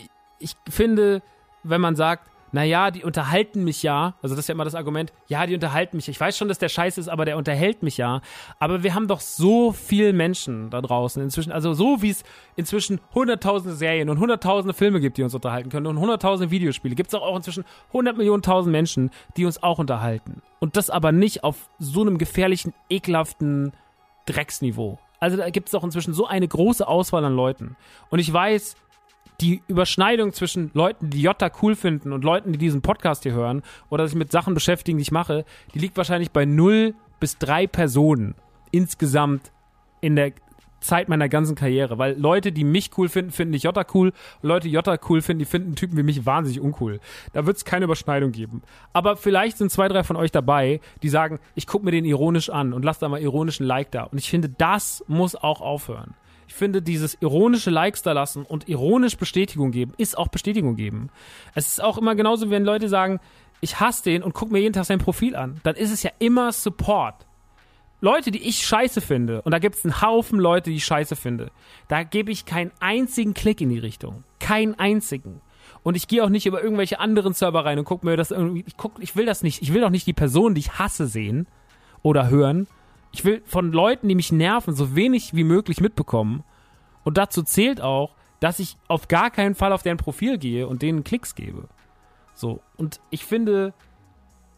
finde, wenn man sagt, naja, die unterhalten mich ja, also das ist ja immer das Argument, ja, die unterhalten mich, ich weiß schon, dass der scheiße ist, aber der unterhält mich ja, aber wir haben doch so viele Menschen da draußen inzwischen, also so wie es inzwischen 100.000 Serien und 100.000 Filme gibt, die uns unterhalten können und 100.000 Videospiele, gibt es auch inzwischen 100 Millionen Menschen, die uns auch unterhalten und das aber nicht auf so einem gefährlichen, ekelhaften Drecksniveau. Also da gibt es auch inzwischen so eine große Auswahl an Leuten und ich weiß, die Überschneidung zwischen Leuten, die Jota cool finden und Leuten, die diesen Podcast hier hören oder sich mit Sachen beschäftigen, die ich mache, die liegt wahrscheinlich bei 0 bis 3 Personen insgesamt in der Zeit meiner ganzen Karriere. Weil Leute, die mich cool finden, finden nicht Jota cool. Leute, die Jota cool finden, die finden Typen wie mich wahnsinnig uncool. Da wird es keine Überschneidung geben. Aber vielleicht sind 2, 3 von euch dabei, die sagen, ich gucke mir den ironisch an und lasse da mal ironischen Like da. Und ich finde, das muss auch aufhören. Ich finde, dieses ironische Likes da lassen und ironisch Bestätigung geben, ist auch Bestätigung geben. Es ist auch immer genauso, wie wenn Leute sagen, ich hasse den und gucke mir jeden Tag sein Profil an. Dann ist es ja immer Support. Leute, die ich scheiße finde, und da gibt es einen Haufen Leute, die ich scheiße finde, da gebe ich keinen einzigen Klick in die Richtung. Keinen einzigen. Und ich gehe auch nicht über irgendwelche anderen Server rein und gucke mir das irgendwie, ich will das nicht. Ich will doch nicht die Person, die ich hasse, sehen oder hören. Ich will von Leuten, die mich nerven, so wenig wie möglich mitbekommen. Und dazu zählt auch, dass ich auf gar keinen Fall auf deren Profil gehe und denen Klicks gebe. So. Und ich finde,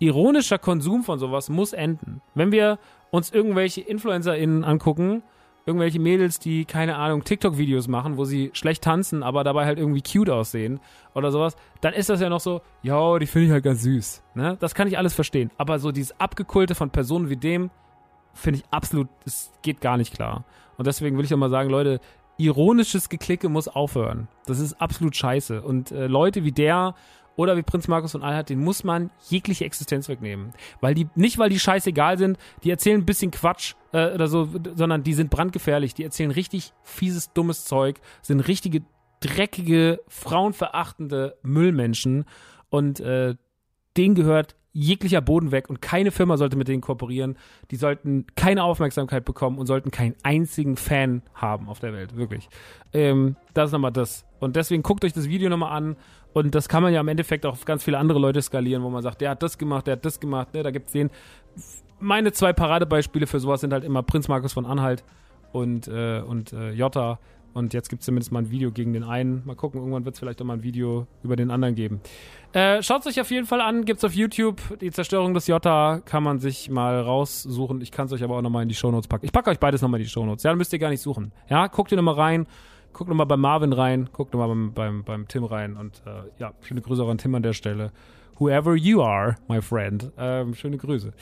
ironischer Konsum von sowas muss enden. Wenn wir uns irgendwelche InfluencerInnen angucken, irgendwelche Mädels, die, keine Ahnung, TikTok-Videos machen, wo sie schlecht tanzen, aber dabei halt irgendwie cute aussehen oder sowas, dann ist das ja noch so, ja, die finde ich halt ganz süß. Ne? Das kann ich alles verstehen. Aber so dieses Abgekulte von Personen wie dem, finde ich absolut, das geht gar nicht klar. Und deswegen will ich auch mal sagen, Leute, ironisches Geklicke muss aufhören. Das ist absolut scheiße. Und Leute wie der oder wie Prinz Markus von Anhalt, den muss man jegliche Existenz wegnehmen. Weil die scheißegal sind, die erzählen ein bisschen Quatsch oder so, sondern die sind brandgefährlich. Die erzählen richtig fieses, dummes Zeug, sind richtige, dreckige, frauenverachtende Müllmenschen und denen gehört jeglicher Boden weg und keine Firma sollte mit denen kooperieren. Die sollten keine Aufmerksamkeit bekommen und sollten keinen einzigen Fan haben auf der Welt, wirklich. Das ist nochmal das. Und deswegen guckt euch das Video nochmal an und das kann man ja im Endeffekt auch auf ganz viele andere Leute skalieren, wo man sagt, der hat das gemacht, ne, da gibt's den. Meine 2 Paradebeispiele für sowas sind halt immer Prinz Markus von Anhalt und Jota. Und jetzt gibt es zumindest mal ein Video gegen den einen. Mal gucken, irgendwann wird es vielleicht auch mal ein Video über den anderen geben. Schaut es euch auf jeden Fall an, gibt's auf YouTube. Die Zerstörung des Jota kann man sich mal raussuchen. Ich kann es euch aber auch nochmal in die Shownotes packen. Ich packe euch beides nochmal in die Shownotes. Ja, dann müsst ihr gar nicht suchen. Ja, guckt ihr nochmal rein. Guckt nochmal bei Marvin rein. Guckt nochmal beim Tim rein. Und ja, schöne Grüße auch an Tim an der Stelle. Whoever you are, my friend. Schöne Grüße.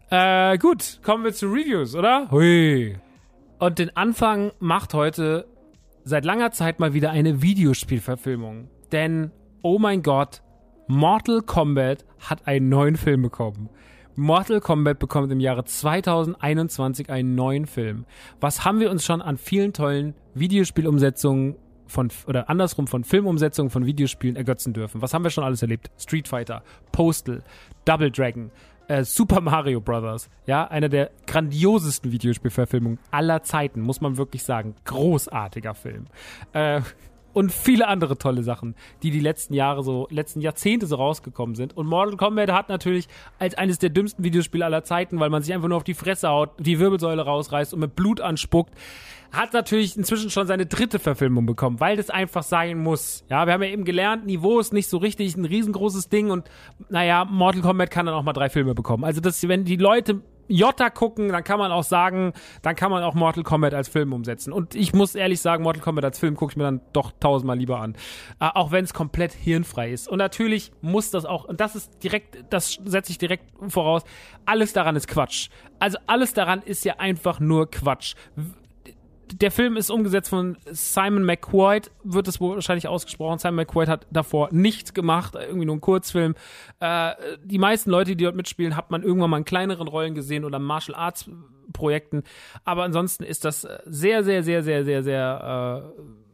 Gut, kommen wir zu Reviews, oder? Hui. Und den Anfang macht heute seit langer Zeit mal wieder eine Videospielverfilmung. Denn, oh mein Gott, Mortal Kombat hat einen neuen Film bekommen. Mortal Kombat bekommt im Jahre 2021 einen neuen Film. Was haben wir uns schon an vielen tollen Videospielumsetzungen von Filmumsetzungen von Videospielen ergötzen dürfen? Was haben wir schon alles erlebt? Street Fighter, Postal, Double Dragon, Super Mario Bros. Ja, einer der grandiosesten Videospielverfilmungen aller Zeiten, muss man wirklich sagen. Großartiger Film. Und viele andere tolle Sachen, die letzten Jahrzehnte so rausgekommen sind. Und Mortal Kombat hat natürlich als eines der dümmsten Videospiele aller Zeiten, weil man sich einfach nur auf die Fresse haut, die Wirbelsäule rausreißt und mit Blut anspuckt, hat natürlich inzwischen schon seine 3. Verfilmung bekommen, weil das einfach sein muss. Ja, wir haben ja eben gelernt, Niveau ist nicht so richtig ein riesengroßes Ding und naja, Mortal Kombat kann dann auch mal 3 Filme bekommen. Also wenn die Leute Jota gucken, dann kann man auch sagen, dann kann man auch Mortal Kombat als Film umsetzen. Und ich muss ehrlich sagen, Mortal Kombat als Film gucke ich mir dann doch 1000-mal lieber an. Auch wenn es komplett hirnfrei ist. Und natürlich muss das auch, und das setze ich direkt voraus, alles daran ist Quatsch. Also alles daran ist ja einfach nur Quatsch. Der Film ist umgesetzt von Simon McQuoid, wird es wohl wahrscheinlich ausgesprochen. Simon McQuoid hat davor nichts gemacht, irgendwie nur einen Kurzfilm. Die meisten Leute, die dort mitspielen, hat man irgendwann mal in kleineren Rollen gesehen oder Martial Arts Projekten. Aber ansonsten ist das sehr, sehr, sehr, sehr, sehr, sehr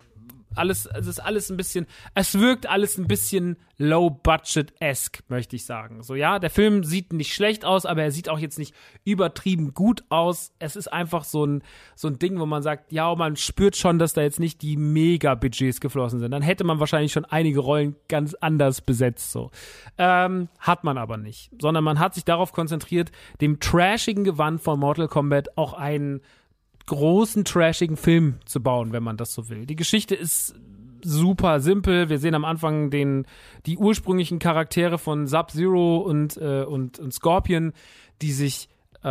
es wirkt alles ein bisschen low-budget-esque, möchte ich sagen. So, ja, der Film sieht nicht schlecht aus, aber er sieht auch jetzt nicht übertrieben gut aus. Es ist einfach so ein Ding, wo man sagt, ja, man spürt schon, dass da jetzt nicht die Mega-Budgets geflossen sind. Dann hätte man wahrscheinlich schon einige Rollen ganz anders besetzt, so. Hat man aber nicht. Sondern man hat sich darauf konzentriert, dem trashigen Gewand von Mortal Kombat auch einen großen, trashigen Film zu bauen, wenn man das so will. Die Geschichte ist super simpel. Wir sehen am Anfang die ursprünglichen Charaktere von Sub-Zero und Scorpion, die sich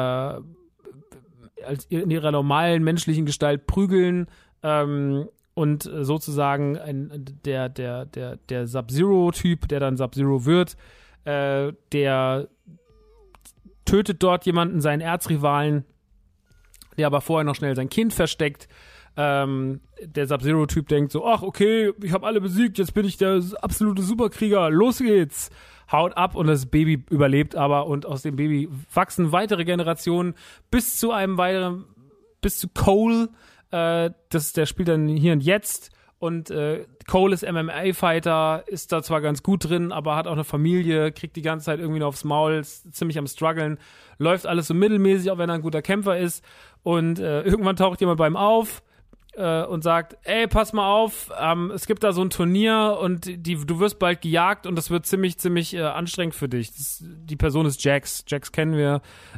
in ihrer normalen menschlichen Gestalt prügeln und sozusagen der Sub-Zero-Typ, der dann Sub-Zero wird, der tötet dort jemanden, seinen Erzrivalen, der aber vorher noch schnell sein Kind versteckt. Der Sub-Zero-Typ denkt so, ach okay, ich habe alle besiegt, jetzt bin ich der absolute Superkrieger, los geht's. Haut ab und das Baby überlebt aber und aus dem Baby wachsen weitere Generationen bis zu Cole, der spielt dann hier und jetzt und Cole ist MMA-Fighter, ist da zwar ganz gut drin, aber hat auch eine Familie, kriegt die ganze Zeit irgendwie noch aufs Maul, ist ziemlich am struggeln, läuft alles so mittelmäßig, auch wenn er ein guter Kämpfer ist und irgendwann taucht jemand bei ihm auf und sagt, ey, pass mal auf, es gibt da so ein Turnier und du wirst bald gejagt und das wird ziemlich, ziemlich anstrengend für dich. Die Person ist Jax. Jax kennen wir,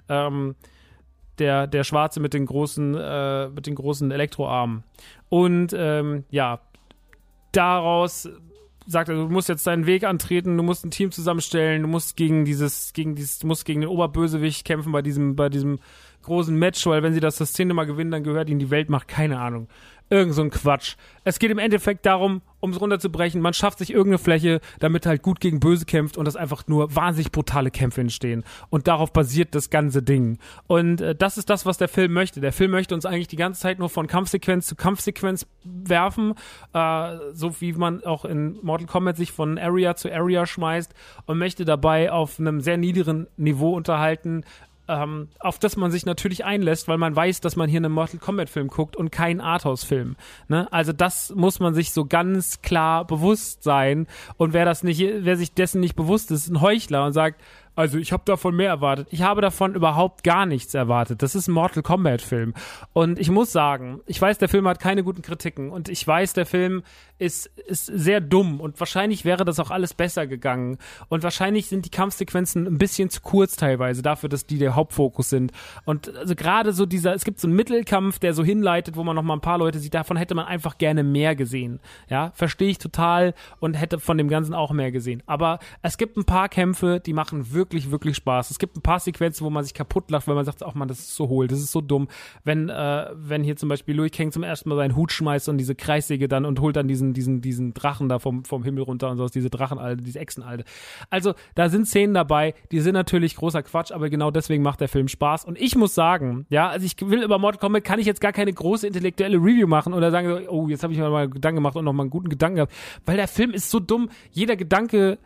der Schwarze mit den großen Elektroarmen. Und ja, daraus sagt, also, du musst jetzt deinen Weg antreten, du musst ein Team zusammenstellen, du musst gegen den Oberbösewicht kämpfen bei diesem großen Match, weil wenn sie das Szene mal gewinnen, dann gehört ihnen die Weltmacht, keine Ahnung. Irgend so ein Quatsch. Es geht im Endeffekt darum, um es runterzubrechen, man schafft sich irgendeine Fläche, damit halt gut gegen Böse kämpft und dass einfach nur wahnsinnig brutale Kämpfe entstehen. Und darauf basiert das ganze Ding. Und das ist das, was der Film möchte. Der Film möchte uns eigentlich die ganze Zeit nur von Kampfsequenz zu Kampfsequenz werfen, so wie man auch in Mortal Kombat sich von Area zu Area schmeißt und möchte dabei auf einem sehr niedrigen Niveau unterhalten, auf das man sich natürlich einlässt, weil man weiß, dass man hier einen Mortal Kombat Film guckt und keinen Arthouse-Film. Ne? Also das muss man sich so ganz klar bewusst sein. Und wer sich dessen nicht bewusst ist, ist ein Heuchler und sagt, also ich habe davon mehr erwartet. Ich habe davon überhaupt gar nichts erwartet. Das ist ein Mortal Kombat Film. Und ich muss sagen, ich weiß, der Film hat keine guten Kritiken und ich weiß, der Film ist sehr dumm und wahrscheinlich wäre das auch alles besser gegangen. Und wahrscheinlich sind die Kampfsequenzen ein bisschen zu kurz teilweise dafür, dass die der Hauptfokus sind. Und also gerade so es gibt so einen Mittelkampf, der so hinleitet, wo man noch mal ein paar Leute sieht, davon hätte man einfach gerne mehr gesehen. Ja, verstehe ich total und hätte von dem Ganzen auch mehr gesehen. Aber es gibt ein paar Kämpfe, die machen wirklich, wirklich Spaß. Es gibt ein paar Sequenzen, wo man sich kaputt lacht, weil man sagt, ach man, das ist so hohl, das ist so dumm. Wenn hier zum Beispiel Liu Kang zum ersten Mal seinen Hut schmeißt und diese Kreissäge dann und holt dann diesen Drachen da vom Himmel runter und sowas, diese Drachenalde, diese Echsenalde. Also, da sind Szenen dabei, die sind natürlich großer Quatsch, aber genau deswegen macht der Film Spaß. Und ich muss sagen, ja, also ich will über Mortal Kombat, kann ich jetzt gar keine große intellektuelle Review machen oder sagen, oh, jetzt habe ich mir mal einen Gedanken gemacht und noch mal einen guten Gedanken gehabt, weil der Film ist so dumm, jeder Gedanke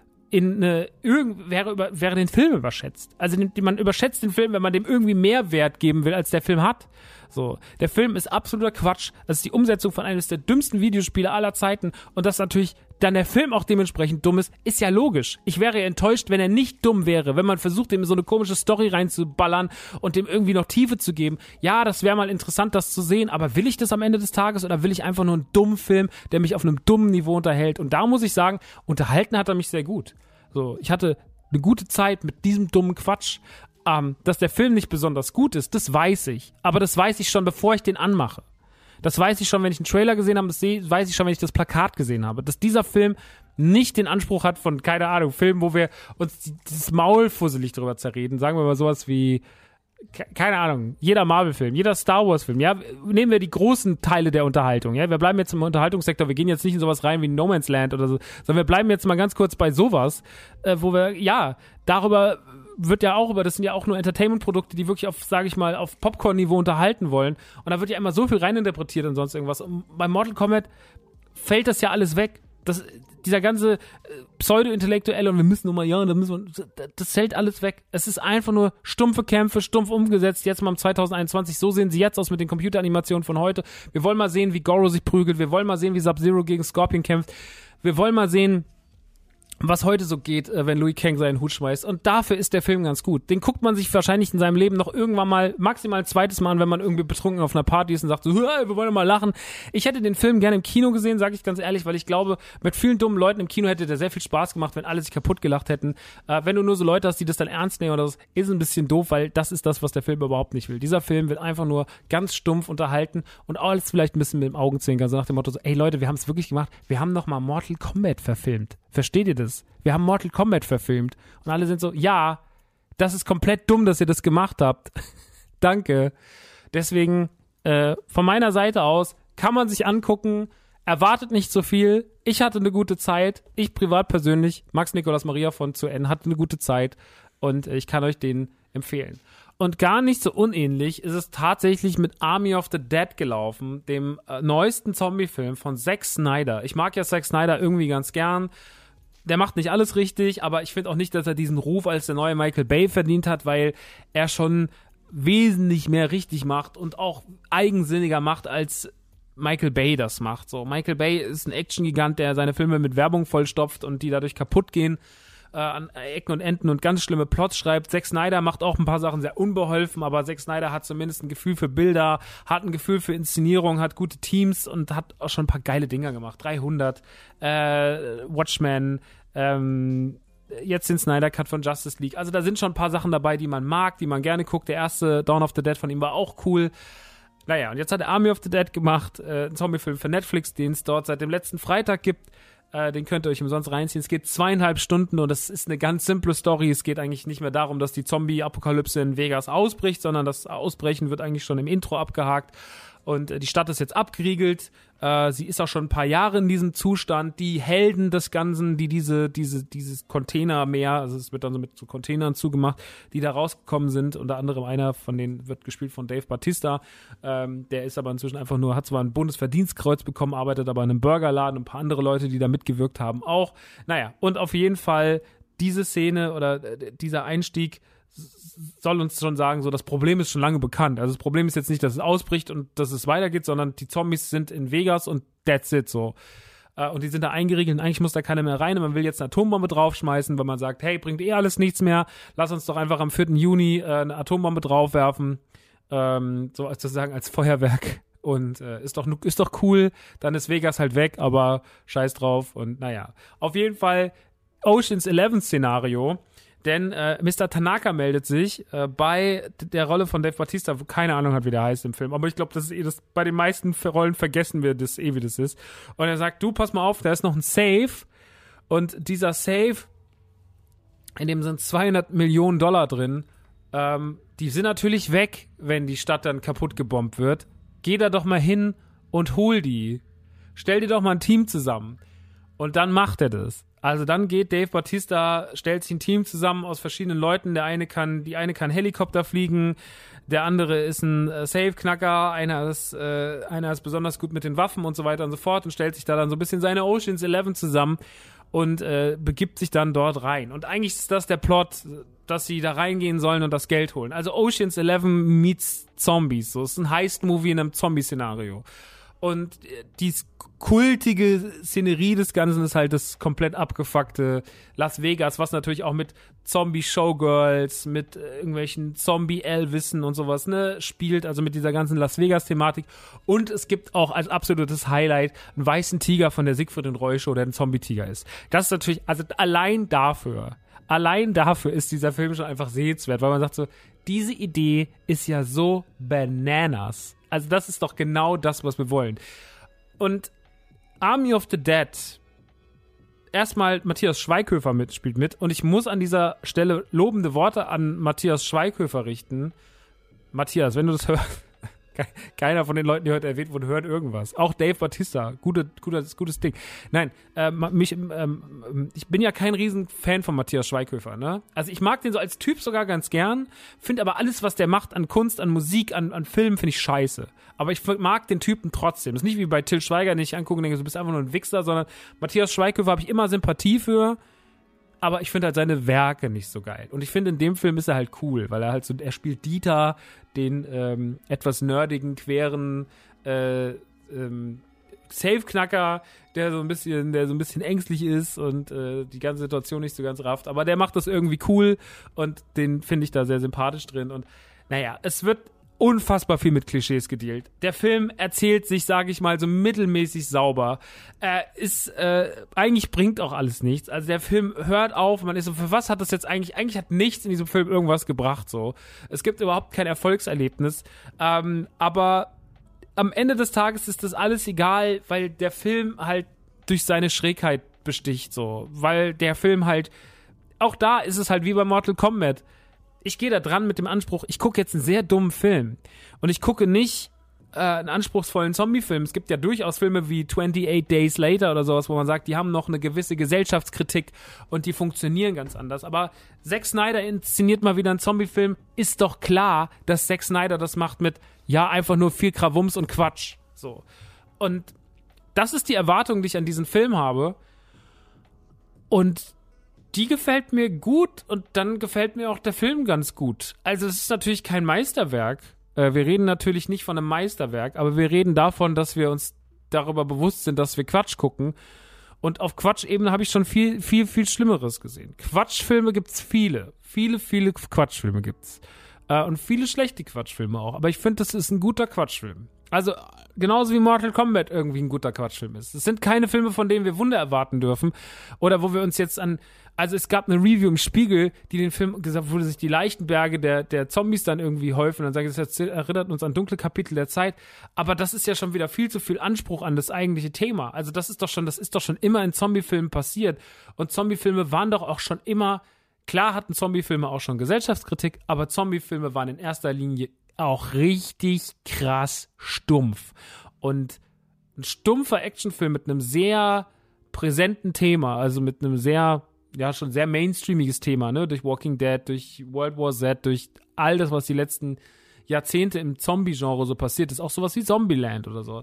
wäre den Film überschätzt. Also man überschätzt den Film, wenn man dem irgendwie mehr Wert geben will, als der Film hat. So, der Film ist absoluter Quatsch. Das ist die Umsetzung von eines der dümmsten Videospiele aller Zeiten und dass natürlich dann der Film auch dementsprechend dumm ist ja logisch. Ich wäre enttäuscht, wenn er nicht dumm wäre, wenn man versucht, dem so eine komische Story reinzuballern und dem irgendwie noch Tiefe zu geben. Ja, das wäre mal interessant, das zu sehen, aber will ich das am Ende des Tages oder will ich einfach nur einen dummen Film, der mich auf einem dummen Niveau unterhält? Und da muss ich sagen, unterhalten hat er mich sehr gut. So, ich hatte eine gute Zeit mit diesem dummen Quatsch. Dass der Film nicht besonders gut ist, das weiß ich. Aber das weiß ich schon, bevor ich den anmache. Das weiß ich schon, wenn ich einen Trailer gesehen habe, das weiß ich schon, wenn ich das Plakat gesehen habe. Dass dieser Film nicht den Anspruch hat von, keine Ahnung, Filmen, wo wir uns das Maul fusselig drüber zerreden. Sagen wir mal sowas wie, keine Ahnung, jeder Marvel-Film, jeder Star Wars-Film, ja, nehmen wir die großen Teile der Unterhaltung, ja, wir bleiben jetzt im Unterhaltungssektor, wir gehen jetzt nicht in sowas rein wie No Man's Land oder so, sondern wir bleiben jetzt mal ganz kurz bei sowas, wo wir, ja, darüber wird ja auch das sind ja auch nur Entertainment-Produkte, die wirklich auf, sage ich mal, auf Popcorn-Niveau unterhalten wollen und da wird ja immer so viel reininterpretiert und sonst irgendwas und bei Mortal Kombat fällt das ja alles weg. Dieser ganze Pseudo-Intellektuelle und wir müssen nur mal, ja, das fällt alles weg. Es ist einfach nur stumpfe Kämpfe, stumpf umgesetzt, jetzt mal im 2021, so sehen sie jetzt aus mit den Computeranimationen von heute. Wir wollen mal sehen, wie Goro sich prügelt, wir wollen mal sehen, wie Sub-Zero gegen Scorpion kämpft, wir wollen mal sehen, was heute so geht, wenn Liu Kang seinen Hut schmeißt. Und dafür ist der Film ganz gut. Den guckt man sich wahrscheinlich in seinem Leben noch irgendwann mal, maximal ein zweites Mal an, wenn man irgendwie betrunken auf einer Party ist und sagt so, wir wollen mal lachen. Ich hätte den Film gerne im Kino gesehen, sage ich ganz ehrlich, weil ich glaube, mit vielen dummen Leuten im Kino hätte der sehr viel Spaß gemacht, wenn alle sich kaputt gelacht hätten. Wenn du nur so Leute hast, die das dann ernst nehmen oder so, ist ein bisschen doof, weil das ist das, was der Film überhaupt nicht will. Dieser Film wird einfach nur ganz stumpf unterhalten und alles vielleicht ein bisschen mit dem Augenzwinkern, so nach dem Motto so, ey Leute, wir haben es wirklich gemacht, wir haben noch mal Mortal Kombat verfilmt. Versteht ihr das? Wir haben Mortal Kombat verfilmt. Und alle sind so, ja, das ist komplett dumm, dass ihr das gemacht habt. Danke. Deswegen, von meiner Seite aus, kann man sich angucken, erwartet nicht so viel. Ich hatte eine gute Zeit. Ich privat persönlich, Max Nicolas Maria von zu N, hatte eine gute Zeit. Und ich kann euch den empfehlen. Und gar nicht so unähnlich ist es tatsächlich mit Army of the Dead gelaufen, dem neuesten Zombie-Film von Zack Snyder. Ich mag ja Zack Snyder irgendwie ganz gern. Der macht nicht alles richtig, aber ich finde auch nicht, dass er diesen Ruf als der neue Michael Bay verdient hat, weil er schon wesentlich mehr richtig macht und auch eigensinniger macht, als Michael Bay das macht. So, Michael Bay ist ein Action-Gigant, der seine Filme mit Werbung vollstopft und die dadurch kaputt gehen. An Ecken und Enden und ganz schlimme Plots schreibt. Zack Snyder macht auch ein paar Sachen sehr unbeholfen, aber Zack Snyder hat zumindest ein Gefühl für Bilder, hat ein Gefühl für Inszenierung, hat gute Teams und hat auch schon ein paar geile Dinger gemacht. 300, Watchmen, jetzt den Snyder Cut von Justice League. Also da sind schon ein paar Sachen dabei, die man mag, die man gerne guckt. Der erste Dawn of the Dead von ihm war auch cool. Naja, und jetzt hat er Army of the Dead gemacht, einen Zombie-Film für Netflix, den es dort seit dem letzten Freitag gibt. Den könnt ihr euch umsonst reinziehen. Es geht 2,5 Stunden und das ist eine ganz simple Story. Es geht eigentlich nicht mehr darum, dass die Zombie-Apokalypse in Vegas ausbricht, sondern das Ausbrechen wird eigentlich schon im Intro abgehakt. Und die Stadt ist jetzt abgeriegelt. Sie ist auch schon ein paar Jahre in diesem Zustand. Die Helden des Ganzen, die dieses Containermeer, also es wird dann so mit so Containern zugemacht, die da rausgekommen sind. Unter anderem einer von denen wird gespielt von Dave Bautista. Der ist aber inzwischen einfach nur, hat zwar ein Bundesverdienstkreuz bekommen, arbeitet aber in einem Burgerladen und ein paar andere Leute, die da mitgewirkt haben, auch. Naja, und auf jeden Fall diese Szene oder dieser Einstieg soll uns schon sagen, so das Problem ist schon lange bekannt. Also das Problem ist jetzt nicht, dass es ausbricht und dass es weitergeht, sondern die Zombies sind in Vegas und that's it so. Und die sind da eingeriegelt und eigentlich muss da keiner mehr rein und man will jetzt eine Atombombe draufschmeißen, weil man sagt, hey, bringt alles nichts mehr, lass uns doch einfach am 4. Juni eine Atombombe draufwerfen, so als sozusagen als Feuerwerk. Und ist doch cool, dann ist Vegas halt weg, aber scheiß drauf und naja. Auf jeden Fall Ocean's 11 Szenario. Denn Mr. Tanaka meldet sich bei der Rolle von Dave Bautista, wo keine Ahnung hat, wie der heißt im Film. Aber ich glaube, das ist das bei den meisten Rollen vergessen wir das wie das ist. Und er sagt, du, pass mal auf, da ist noch ein Safe. Und dieser Safe, in dem sind $200 Millionen drin. Die sind natürlich weg, wenn die Stadt dann kaputt gebombt wird. Geh da doch mal hin und hol die. Stell dir doch mal ein Team zusammen. Und dann macht er das. Also dann geht Dave Bautista, stellt sich ein Team zusammen aus verschiedenen Leuten. Die eine kann Helikopter fliegen, der andere ist ein Safe-Knacker, einer ist besonders gut mit den Waffen und so weiter und so fort und stellt sich da dann so ein bisschen seine Ocean's 11 zusammen und begibt sich dann dort rein. Und eigentlich ist das der Plot, dass sie da reingehen sollen und das Geld holen. Also Ocean's 11 meets Zombies. So, es ist ein Heist-Movie in einem Zombie-Szenario. Und die kultige Szenerie des Ganzen ist halt das komplett abgefuckte Las Vegas, was natürlich auch mit Zombie-Showgirls, mit irgendwelchen Zombie-Elvissen und sowas, spielt, also mit dieser ganzen Las Vegas-Thematik. Und es gibt auch als absolutes Highlight einen weißen Tiger von der Siegfried und Roy Show, der ein Zombie-Tiger ist. Das ist natürlich, also allein dafür ist dieser Film schon einfach sehenswert, weil man sagt so, diese Idee ist ja so bananas. Also das ist doch genau das, was wir wollen. Und Army of the Dead, erstmal Matthias Schweighöfer spielt mit und ich muss an dieser Stelle lobende Worte an Matthias Schweighöfer richten. Matthias, wenn du das hörst, keiner von den Leuten, die heute erwähnt wurden, hört irgendwas. Auch Dave Bautista, gutes Ding. Nein, ich bin ja kein Riesenfan von Matthias Schweighöfer, ne? Also ich mag den so als Typ sogar ganz gern, finde aber alles, was der macht an Kunst, an Musik, an Filmen, finde ich scheiße. Aber ich mag den Typen trotzdem. Das ist nicht wie bei Till Schweiger, den ich angucke und denke, du bist einfach nur ein Wichser, sondern Matthias Schweighöfer habe ich immer Sympathie für, aber ich finde halt seine Werke nicht so geil. Und ich finde, in dem Film ist er halt cool, weil er halt so, er spielt Dieter, den etwas nerdigen, queren Safe-Knacker, der so ein bisschen ängstlich ist und die ganze Situation nicht so ganz rafft. Aber der macht das irgendwie cool und den finde ich da sehr sympathisch drin. Und naja, es wird unfassbar viel mit Klischees gedealt. Der Film erzählt sich, sage ich mal, so mittelmäßig sauber. Eigentlich bringt auch alles nichts. Also der Film hört auf, man ist so, für was hat das jetzt eigentlich hat nichts in diesem Film irgendwas gebracht, so. Es gibt überhaupt kein Erfolgserlebnis, aber am Ende des Tages ist das alles egal, weil der Film halt durch seine Schrägheit besticht, so. Weil der Film halt, auch da ist es halt wie bei Mortal Kombat. Ich gehe da dran mit dem Anspruch, ich gucke jetzt einen sehr dummen Film. Und ich gucke nicht einen anspruchsvollen Zombie-Film. Es gibt ja durchaus Filme wie 28 Days Later oder sowas, wo man sagt, die haben noch eine gewisse Gesellschaftskritik und die funktionieren ganz anders. Aber Zack Snyder inszeniert mal wieder einen Zombie-Film. Ist doch klar, dass Zack Snyder das macht mit, ja, einfach nur viel Krawums und Quatsch. So. Und das ist die Erwartung, die ich an diesen Film habe. Und die gefällt mir gut und dann gefällt mir auch der Film ganz gut. Also es ist natürlich kein Meisterwerk. Wir reden natürlich nicht von einem Meisterwerk, aber wir reden davon, dass wir uns darüber bewusst sind, dass wir Quatsch gucken. Und auf Quatschebene habe ich schon viel, viel, viel Schlimmeres gesehen. Quatschfilme gibt's viele. Viele Quatschfilme gibt's. Und viele schlechte Quatschfilme auch. Aber ich finde, das ist ein guter Quatschfilm. Also genauso wie Mortal Kombat irgendwie ein guter Quatschfilm ist. Es sind keine Filme, von denen wir Wunder erwarten dürfen oder wo wir uns jetzt also es gab eine Review im Spiegel, die den Film gesagt, wo sich die Leichenberge der Zombies dann irgendwie häufen und dann sagen, das erinnert uns an dunkle Kapitel der Zeit, aber das ist ja schon wieder viel zu viel Anspruch an das eigentliche Thema. Also das ist doch schon immer in Zombiefilmen passiert und Zombiefilme waren doch auch schon immer, klar hatten Zombiefilme auch schon Gesellschaftskritik, aber Zombiefilme waren in erster Linie auch richtig krass stumpf. Und ein stumpfer Actionfilm mit einem sehr präsenten Thema, also mit einem schon sehr mainstreamiges Thema, ne, durch Walking Dead, durch World War Z, durch all das, was die letzten Jahrzehnte im Zombie-Genre so passiert ist, auch sowas wie Zombieland oder so.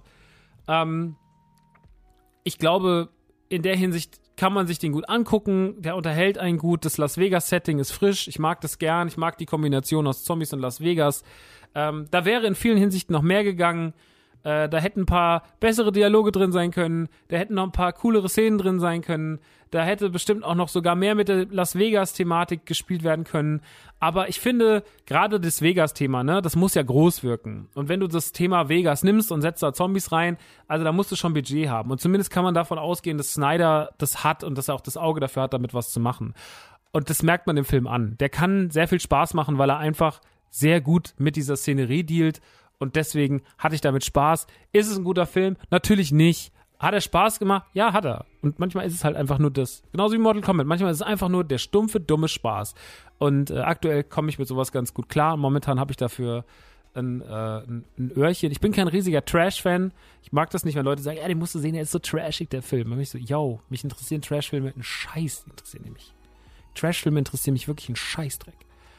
Ich glaube, in der Hinsicht kann man sich den gut angucken, der unterhält einen gut, das Las Vegas-Setting ist frisch, ich mag das gern, ich mag die Kombination aus Zombies und Las Vegas. Da wäre in vielen Hinsichten noch mehr gegangen, da hätten ein paar bessere Dialoge drin sein können, da hätten noch ein paar coolere Szenen drin sein können, da hätte bestimmt auch noch sogar mehr mit der Las Vegas-Thematik gespielt werden können, aber ich finde, gerade das Vegas-Thema, ne, das muss ja groß wirken und wenn du das Thema Vegas nimmst und setzt da Zombies rein, also da musst du schon Budget haben und zumindest kann man davon ausgehen, dass Snyder das hat und dass er auch das Auge dafür hat, damit was zu machen und das merkt man im Film an. Der kann sehr viel Spaß machen, weil er einfach sehr gut mit dieser Szenerie dealt und deswegen hatte ich damit Spaß. Ist es ein guter Film? Natürlich nicht. Hat er Spaß gemacht? Ja, hat er. Und manchmal ist es halt einfach nur das. Genauso wie Mortal Kombat. Manchmal ist es einfach nur der stumpfe, dumme Spaß. Und aktuell komme ich mit sowas ganz gut klar. Momentan habe ich dafür ein Öhrchen. Ich bin kein riesiger Trash-Fan. Ich mag das nicht, wenn Leute sagen, ja, den musst du sehen, der ist so trashig, der Film. Und ich so, yo, mich interessieren Trash-Filme einen Scheiß. Trash-Filme interessieren mich wirklich einen Scheißdreck.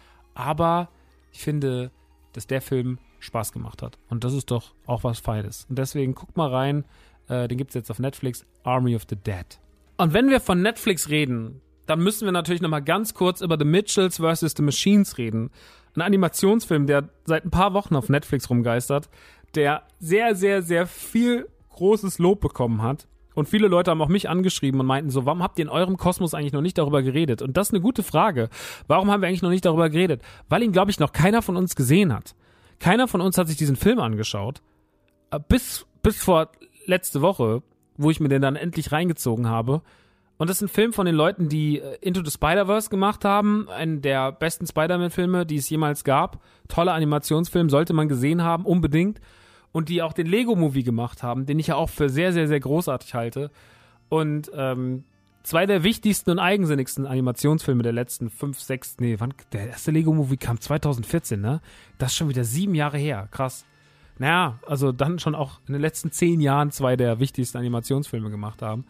Aber ich finde, dass der Film Spaß gemacht hat. Und das ist doch auch was Feines. Und deswegen guckt mal rein. Den gibt es jetzt auf Netflix. Army of the Dead. Und wenn wir von Netflix reden, dann müssen wir natürlich nochmal ganz kurz über The Mitchells vs. The Machines reden. Ein Animationsfilm, der seit ein paar Wochen auf Netflix rumgeistert, der sehr, sehr, sehr viel großes Lob bekommen hat. Und viele Leute haben auch mich angeschrieben und meinten so, warum habt ihr in eurem Kosmos eigentlich noch nicht darüber geredet? Und das ist eine gute Frage. Warum haben wir eigentlich noch nicht darüber geredet? Weil ihn, glaube ich, noch keiner von uns gesehen hat. Keiner von uns hat sich diesen Film angeschaut. Bis vor letzte Woche, wo ich mir den dann endlich reingezogen habe. Und das ist ein Film von den Leuten, die Into the Spider-Verse gemacht haben. Einen der besten Spider-Man-Filme, die es jemals gab. Toller Animationsfilm, sollte man gesehen haben, unbedingt. Und die auch den Lego-Movie gemacht haben, den ich ja auch für sehr, sehr, sehr großartig halte. Und zwei der wichtigsten und eigensinnigsten Animationsfilme der letzten 5, 6, der erste Lego-Movie kam 2014, ne? Das ist schon wieder 7 Jahre her, krass. Naja, also dann schon auch in den letzten 10 Jahren 2 der wichtigsten Animationsfilme gemacht haben.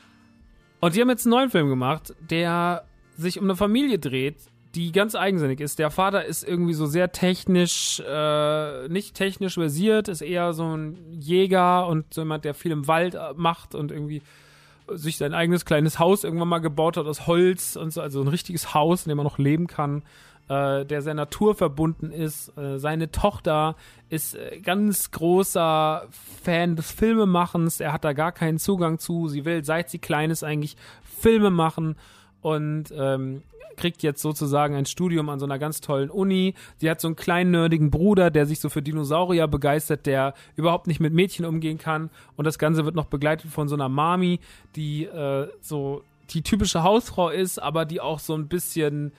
Und die haben jetzt einen neuen Film gemacht, der sich um eine Familie dreht, die ganz eigensinnig ist. Der Vater ist irgendwie so sehr technisch, nicht technisch versiert, ist eher so ein Jäger und so jemand, der viel im Wald macht und irgendwie sich sein eigenes kleines Haus irgendwann mal gebaut hat aus Holz und so, also ein richtiges Haus, in dem man noch leben kann, der sehr naturverbunden ist. Seine Tochter ist ganz großer Fan des Filmemachens, er hat da gar keinen Zugang zu, sie will, seit sie klein ist, eigentlich Filme machen und kriegt jetzt sozusagen ein Studium an so einer ganz tollen Uni. Sie hat so einen kleinen nerdigen Bruder, der sich so für Dinosaurier begeistert, der überhaupt nicht mit Mädchen umgehen kann. Und das Ganze wird noch begleitet von so einer Mami, die so die typische Hausfrau ist, aber die auch so ein bisschen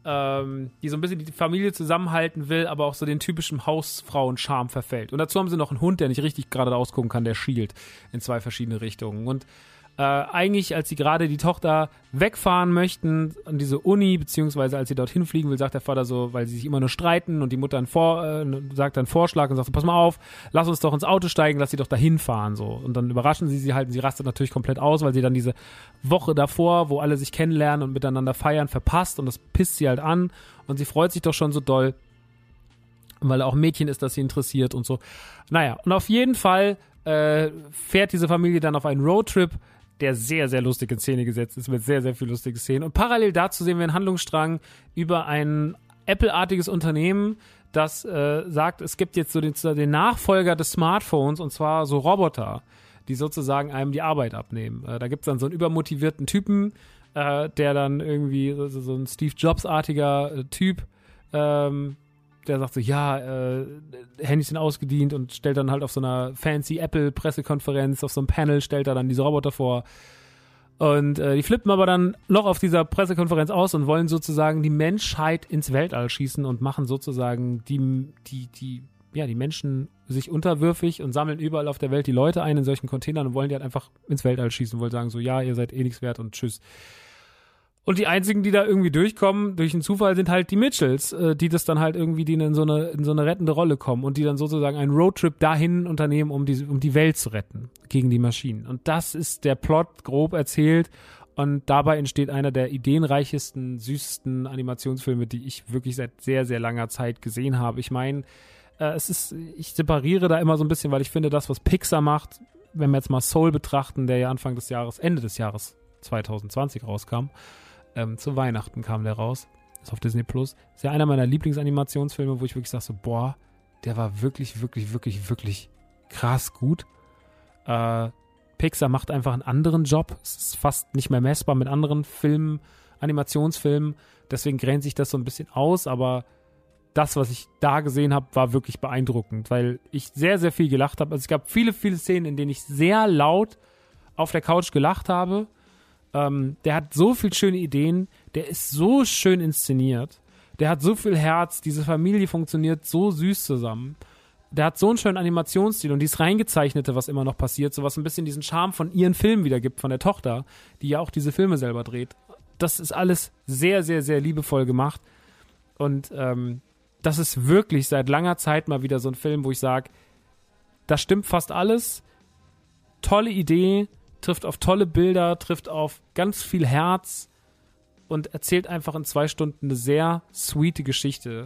die Familie zusammenhalten will, aber auch so den typischen Hausfrauen-Charme verfällt. Und dazu haben sie noch einen Hund, der nicht richtig gerade rausgucken kann, der schielt in 2 verschiedene Richtungen. Und eigentlich, als sie gerade die Tochter wegfahren möchten an diese Uni, beziehungsweise als sie dorthin fliegen will, sagt der Vater so, weil sie sich immer nur streiten und die Mutter sagt dann Vorschlag und sagt so, pass mal auf, lass uns doch ins Auto steigen, lass sie doch dahin fahren, so. Und dann überraschen sie halt und sie rastet natürlich komplett aus, weil sie dann diese Woche davor, wo alle sich kennenlernen und miteinander feiern, verpasst und das pisst sie halt an und sie freut sich doch schon so doll, weil er auch ein Mädchen ist, das sie interessiert und so. Naja, und auf jeden Fall fährt diese Familie dann auf einen Roadtrip, der sehr, sehr lustig in Szene gesetzt ist, mit sehr, sehr viel lustigen Szenen. Und parallel dazu sehen wir einen Handlungsstrang über ein Apple-artiges Unternehmen, das sagt, es gibt jetzt so den Nachfolger des Smartphones, und zwar so Roboter, die sozusagen einem die Arbeit abnehmen. Da gibt es dann so einen übermotivierten Typen, der dann irgendwie so ein Steve Jobs-artiger Typ, der der sagt so, ja, Handys sind ausgedient und stellt dann halt auf so einer fancy Apple-Pressekonferenz, auf so einem Panel, stellt er dann diese Roboter vor. Und die flippen aber dann noch auf dieser Pressekonferenz aus und wollen sozusagen die Menschheit ins Weltall schießen und machen sozusagen die Menschen sich unterwürfig und sammeln überall auf der Welt die Leute ein in solchen Containern und wollen die halt einfach ins Weltall schießen und wollen sagen so, ja, ihr seid eh nichts wert und tschüss. Und die einzigen, die da irgendwie durchkommen, durch einen Zufall, sind halt die Mitchells, die das dann halt irgendwie, die in so eine rettende Rolle kommen und die dann sozusagen einen Roadtrip dahin unternehmen, um die Welt zu retten gegen die Maschinen. Und das ist der Plot, grob erzählt. Und dabei entsteht einer der ideenreichesten, süßesten Animationsfilme, die ich wirklich seit sehr, sehr langer Zeit gesehen habe. Ich meine, ich separiere da immer so ein bisschen, weil ich finde, das, was Pixar macht, wenn wir jetzt mal Soul betrachten, der ja Ende des Jahres 2020 rauskam, zu Weihnachten kam der raus, ist auf Disney Plus. Ist ja einer meiner Lieblingsanimationsfilme, wo ich wirklich sage so, boah, der war wirklich, wirklich, wirklich, wirklich krass gut. Pixar macht einfach einen anderen Job. Es ist fast nicht mehr messbar mit anderen Filmen, Animationsfilmen. Deswegen grenzt sich das so ein bisschen aus, aber das, was ich da gesehen habe, war wirklich beeindruckend, weil ich sehr, sehr viel gelacht habe. Also es gab viele, viele Szenen, in denen ich sehr laut auf der Couch gelacht habe. Der hat so viele schöne Ideen, der ist so schön inszeniert, der hat so viel Herz, diese Familie funktioniert so süß zusammen, der hat so einen schönen Animationsstil und dieses Reingezeichnete, was immer noch passiert, so was ein bisschen diesen Charme von ihren Filmen wiedergibt, von der Tochter, die ja auch diese Filme selber dreht. Das ist alles sehr, sehr, sehr liebevoll gemacht und das ist wirklich seit langer Zeit mal wieder so ein Film, wo ich sage, da stimmt fast alles, tolle Idee, trifft auf tolle Bilder, trifft auf ganz viel Herz und erzählt einfach in 2 Stunden eine sehr sweete Geschichte.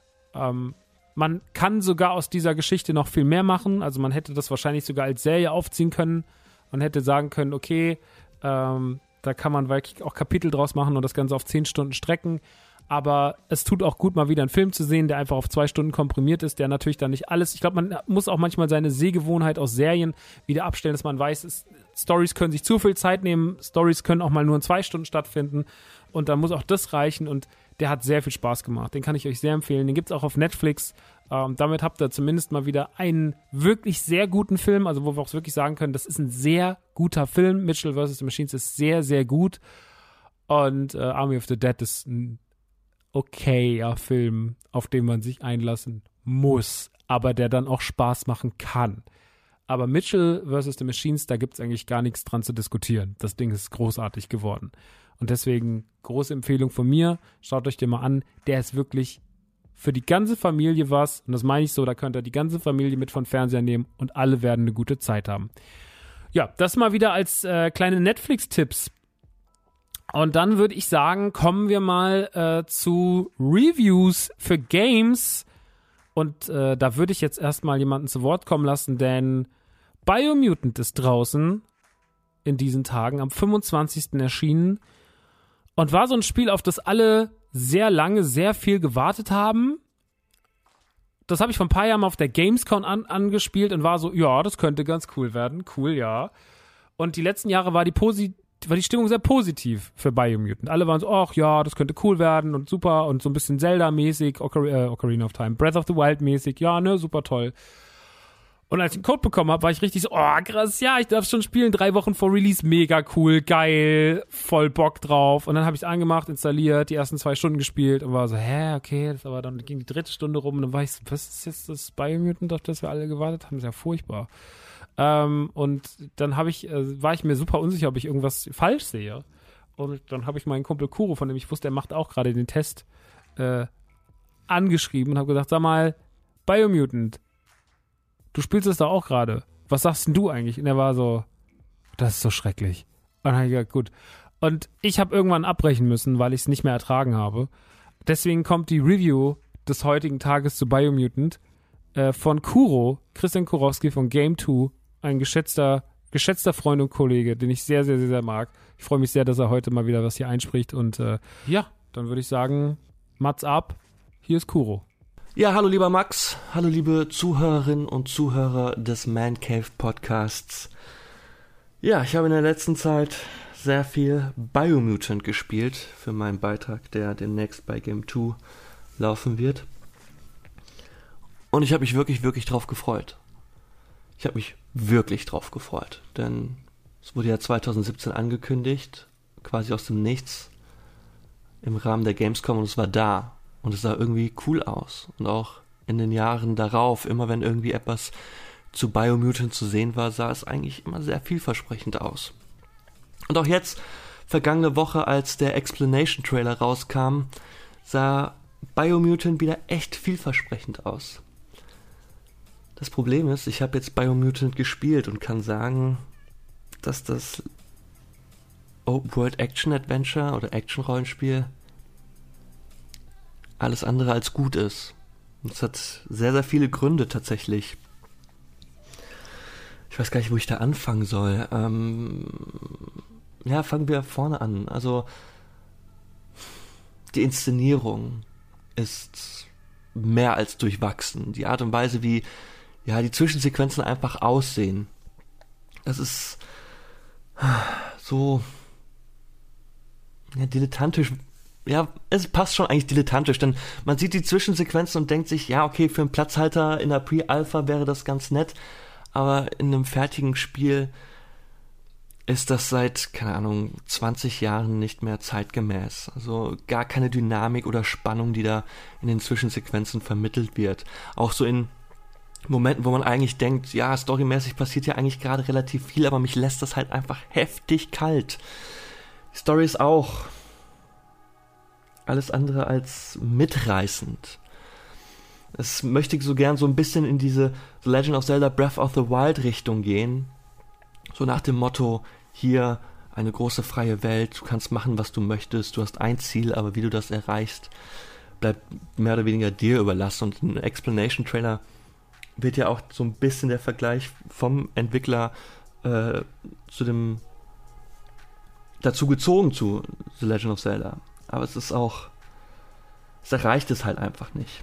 Man kann sogar aus dieser Geschichte noch viel mehr machen. Also man hätte das wahrscheinlich sogar als Serie aufziehen können. Man hätte sagen können, okay, da kann man wirklich auch Kapitel draus machen und das Ganze auf 10 Stunden strecken. Aber es tut auch gut, mal wieder einen Film zu sehen, der einfach auf 2 Stunden komprimiert ist, der natürlich dann nicht alles, ich glaube, man muss auch manchmal seine Sehgewohnheit aus Serien wieder abstellen, dass man weiß, Storys können sich zu viel Zeit nehmen, Storys können auch mal nur in 2 Stunden stattfinden und dann muss auch das reichen und der hat sehr viel Spaß gemacht, den kann ich euch sehr empfehlen, den gibt's auch auf Netflix, damit habt ihr zumindest mal wieder einen wirklich sehr guten Film, also wo wir auch wirklich sagen können, das ist ein sehr guter Film, Mitchell vs. the Machines ist sehr, sehr gut und Army of the Dead ist ein okayer Film, auf den man sich einlassen muss, aber der dann auch Spaß machen kann. Aber Mitchell vs. the Machines, da gibt es eigentlich gar nichts dran zu diskutieren. Das Ding ist großartig geworden. Und deswegen große Empfehlung von mir, schaut euch den mal an. Der ist wirklich für die ganze Familie was. Und das meine ich so, da könnt ihr die ganze Familie mit von Fernseher nehmen und alle werden eine gute Zeit haben. Ja, das mal wieder als kleine Netflix-Tipps. Und dann würde ich sagen, kommen wir mal zu Reviews für Games. Und da würde ich jetzt erstmal jemanden zu Wort kommen lassen, denn Biomutant ist draußen in diesen Tagen, am 25. erschienen. Und war so ein Spiel, auf das alle sehr lange, sehr viel gewartet haben. Das habe ich vor ein paar Jahren mal auf der Gamescom angespielt und war so, ja, das könnte ganz cool werden. Cool, ja. Und die letzten Jahre war die Stimmung sehr positiv für Biomutant. Alle waren so, ach ja, das könnte cool werden und super und so ein bisschen Zelda-mäßig, Ocarina of Time, Breath of the Wild-mäßig, ja, ne, super toll. Und als ich den Code bekommen habe, war ich richtig so, oh krass, ja, ich darf schon spielen, 3 Wochen vor Release, mega cool, geil, voll Bock drauf. Und dann habe ich es angemacht, installiert, die ersten 2 Stunden gespielt und war so, okay, das aber dann ging die 3. Stunde rum und dann war ich so, was ist jetzt das Biomutant, auf das wir alle gewartet haben? Das ist ja furchtbar. Und dann war ich mir super unsicher, ob ich irgendwas falsch sehe. Und dann habe ich meinen Kumpel Kuro, von dem ich wusste, er macht auch gerade den Test, angeschrieben und habe gesagt, sag mal, Biomutant, du spielst es doch auch gerade. Was sagst denn du eigentlich? Und er war so, das ist so schrecklich. Und dann habe ich gesagt, gut. Und ich habe irgendwann abbrechen müssen, weil ich es nicht mehr ertragen habe. Deswegen kommt die Review des heutigen Tages zu Biomutant von Kuro, Christian Kurowski von Game2, ein geschätzter Freund und Kollege, den ich sehr, sehr, sehr, sehr mag. Ich freue mich sehr, dass er heute mal wieder was hier einspricht. Und ja, dann würde ich sagen, Mats ab, hier ist Kuro. Ja, hallo lieber Max, hallo liebe Zuhörerinnen und Zuhörer des Man Cave Podcasts. Ja, ich habe in der letzten Zeit sehr viel Biomutant gespielt für meinen Beitrag, der demnächst bei Game2 laufen wird. Und ich habe mich wirklich, wirklich drauf gefreut. Ich habe mich wirklich drauf gefreut, denn es wurde ja 2017 angekündigt, quasi aus dem Nichts, im Rahmen der Gamescom, und es war da. Und es sah irgendwie cool aus. Und auch in den Jahren darauf, immer wenn irgendwie etwas zu Biomutant zu sehen war, sah es eigentlich immer sehr vielversprechend aus. Und auch jetzt, vergangene Woche, als der Explanation-Trailer rauskam, sah Biomutant wieder echt vielversprechend aus. Das Problem ist, ich habe jetzt Biomutant gespielt und kann sagen, dass das Open-World-Action-Adventure oder Action-Rollenspiel alles andere als gut ist. Und es hat sehr, sehr viele Gründe tatsächlich. Ich weiß gar nicht, wo ich da anfangen soll. Ja, fangen wir vorne an. Also, die Inszenierung ist mehr als durchwachsen. Die Art und Weise, wie die Zwischensequenzen einfach aussehen. Das ist so dilettantisch. Ja, es passt schon eigentlich dilettantisch, denn man sieht die Zwischensequenzen und denkt sich, ja, okay, für einen Platzhalter in der Pre-Alpha wäre das ganz nett, aber in einem fertigen Spiel ist das seit, 20 Jahren nicht mehr zeitgemäß. Also gar keine Dynamik oder Spannung, die da in den Zwischensequenzen vermittelt wird. Auch so in Momenten, wo man eigentlich denkt, ja, storymäßig passiert ja eigentlich gerade relativ viel, aber mich lässt das halt einfach heftig kalt. Die Story ist auch alles andere als mitreißend. Es möchte so gern so ein bisschen in diese The Legend of Zelda Breath of the Wild Richtung gehen. So nach dem Motto, hier eine große freie Welt, du kannst machen, was du möchtest, du hast ein Ziel, aber wie du das erreichst, bleibt mehr oder weniger dir überlassen. Und im Explanation-Trailer wird ja auch so ein bisschen der Vergleich vom Entwickler dazu gezogen zu The Legend of Zelda. Aber es erreicht es halt einfach nicht.